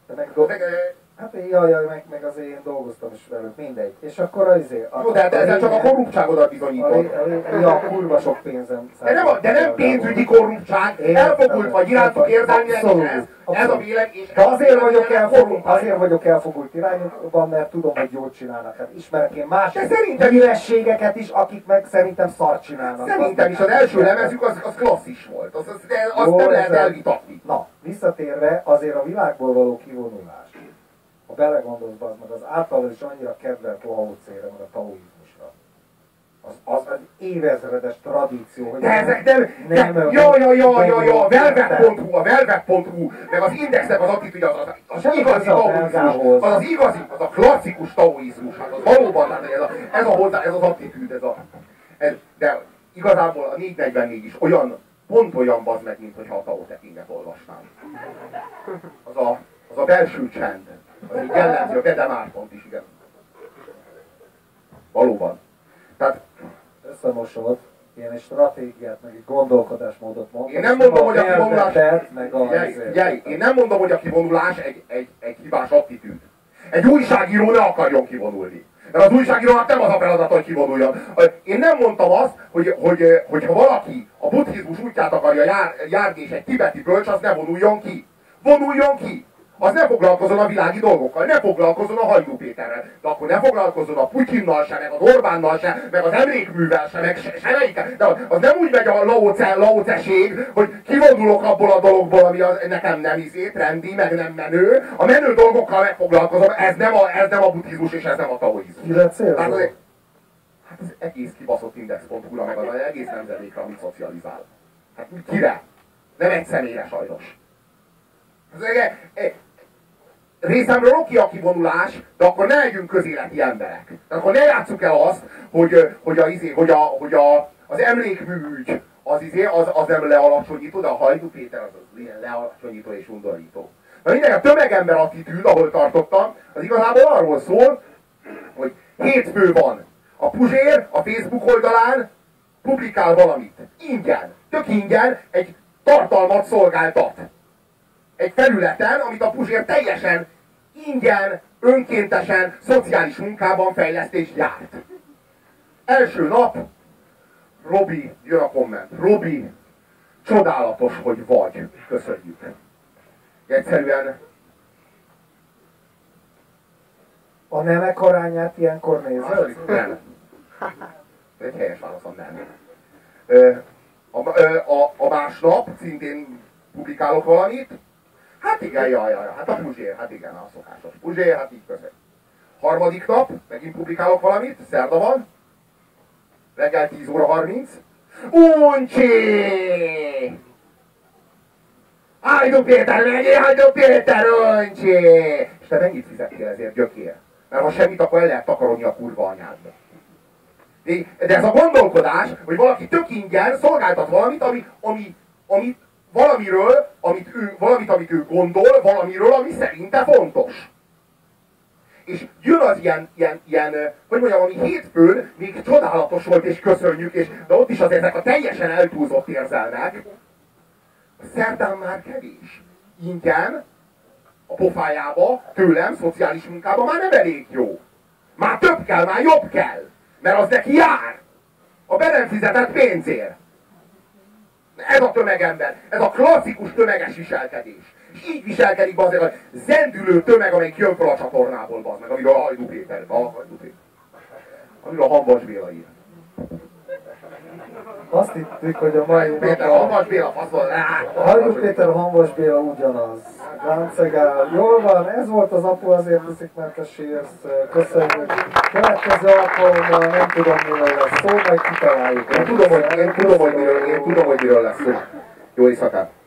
Hát jaj, meg azért én dolgoztam is velük, mindegy. És akkor azért... Jó, de ezzel csak a korruptságodat bizonyítod. Ja, kurva sok pénzem. De nem pénzügyi korruptság, elfogult vagy irántuk érzelmileg, ez a vélemény. De azért vagyok elfogult irányokban, mert tudom, hogy jól csinálnak. Hát ismerek én más hírességeket is, akik meg szerintem szart csinálnak. Szerintem is az első lemezük az klasszis volt. Azt nem lehet elvitatni. Na, visszatérve azért a világból való kivonulás. Ha belegondolsz, az meg az általad is annyira kedvelt Laócére, meg a taoizmusra. Az egy évezredes tradíció, hogy... De ezek nem a Velvet.hu, meg az Indexnek az attitűdje, az igazi taoizmus, az igazi, az a klasszikus taoizmus, az valóban, ez az attitűd, de igazából a 444 is pont olyan bazd meg, mint hogyha a Tao Te Chinget olvasnám. Az a belső csend. Az így jellemzi a Gede Mártont is, igen. Valóban. Tehát... Összemosod, ilyen egy stratégiát, meg egy gondolkodásmódot mondod. Én nem mondom, hogy a kivonulás... Én nem mondom, hogy a kivonulás egy hibás attitűd. Egy újságíró ne akarjon kivonulni. Mert az újságírónak nem az a feladat, hogy kivonuljon. Én nem mondtam azt, hogy ha valaki a buddhizmus útját akarja járni, és egy tibeti bölcs, az ne vonuljon ki. Vonuljon ki! Az ne foglalkozzon a világi dolgokkal, ne foglalkozzon a Hajdú Péterrel, de akkor ne foglalkozzon a Putyinnal se, meg az Orbánnal se, meg az emlékművel se, meg semmelyikkel. De az nem úgy megy a laóceség, hogy kivonulok abból a dologból, ami nekem nem trendi, meg nem menő. A menő dolgokkal megfoglalkozom, ez nem a buddhizmus és ez nem a taoizmus. Tehát hát ez egész kibaszott Index.hu-ra, meg az egész nemzedékre, amit szocializál. Hát kire? Nem egy személyre sajnos. Részemről oké a kivonulás, de akkor ne legyünk közéleti emberek. De akkor ne játsszuk el azt, hogy az emlékműügy az nem lealacsonyító, de a Hajdú Péter az ilyen lealacsonyító és undorító. Na minden, a tömegember attitűd, ahol tartottam, az igazából arról szól, hogy hétfő van. A Puzsér a Facebook oldalán publikál valamit. Ingyen. Tök ingyen egy tartalmat szolgáltat. Egy felületen, amit a Puzsér teljesen ingyen, önkéntesen, szociális munkában fejleszt és gyárt. Első nap, jön a komment. Robi, csodálatos, hogy vagy. Köszönjük. Egyszerűen A nemek arányát ilyenkor nézed? nem. Egy helyes válaszom nem. A másnap szintén publikálok valamit. Hát igen, jaj, hát a Puzsér, hát igen, a szokásos Puzsér, hát így között. Harmadik nap, megint publikálok valamit, szerda van. Reggel 10 óra 30. Uncsi! Hajdú Péter, megyél, Hajdú Péter, uncsi! És te mennyit fizettél ezért, gyökér? Mert ha semmit, akkor el lehet takarodni a kurva anyádba. De ez a gondolkodás, hogy valaki tök ingyen szolgáltat valamit, amit ő gondol, valamiről, ami szerinte fontos. És jön az ilyen, hogy mondjam, ami hétfőn még csodálatos volt, és köszönjük, de ott is az ezek a teljesen eltúlzott érzelmek. A szerdán már kevés. Ingyen, a pofájába, tőlem, szociális munkába már nem elég jó. Már több kell, már jobb kell. Mert az neki jár. A be nem fizetett pénzért. Ez a tömegember. Ez a klasszikus tömeges viselkedés. És így viselkedik be azért a zendülő tömeg, amelyik jön fel a csatornából, bazd meg, amiről a Hajdú Péter, amiről a Hamvas Béla ír. Azt hittük, hogy a mai Péter, a Hamvas Béla faszol rá! A Hajdú Péter, a Hamvas Béla ugyanaz. Láncegál. Jól van, ez volt az Apu azért viszik, mert te sírsz. Köszönjük. Következő alkalommal nem tudom, miről lesz szó, majd kitaláljuk. Én tudom, hogy miről lesz szó. Jó éjszakát!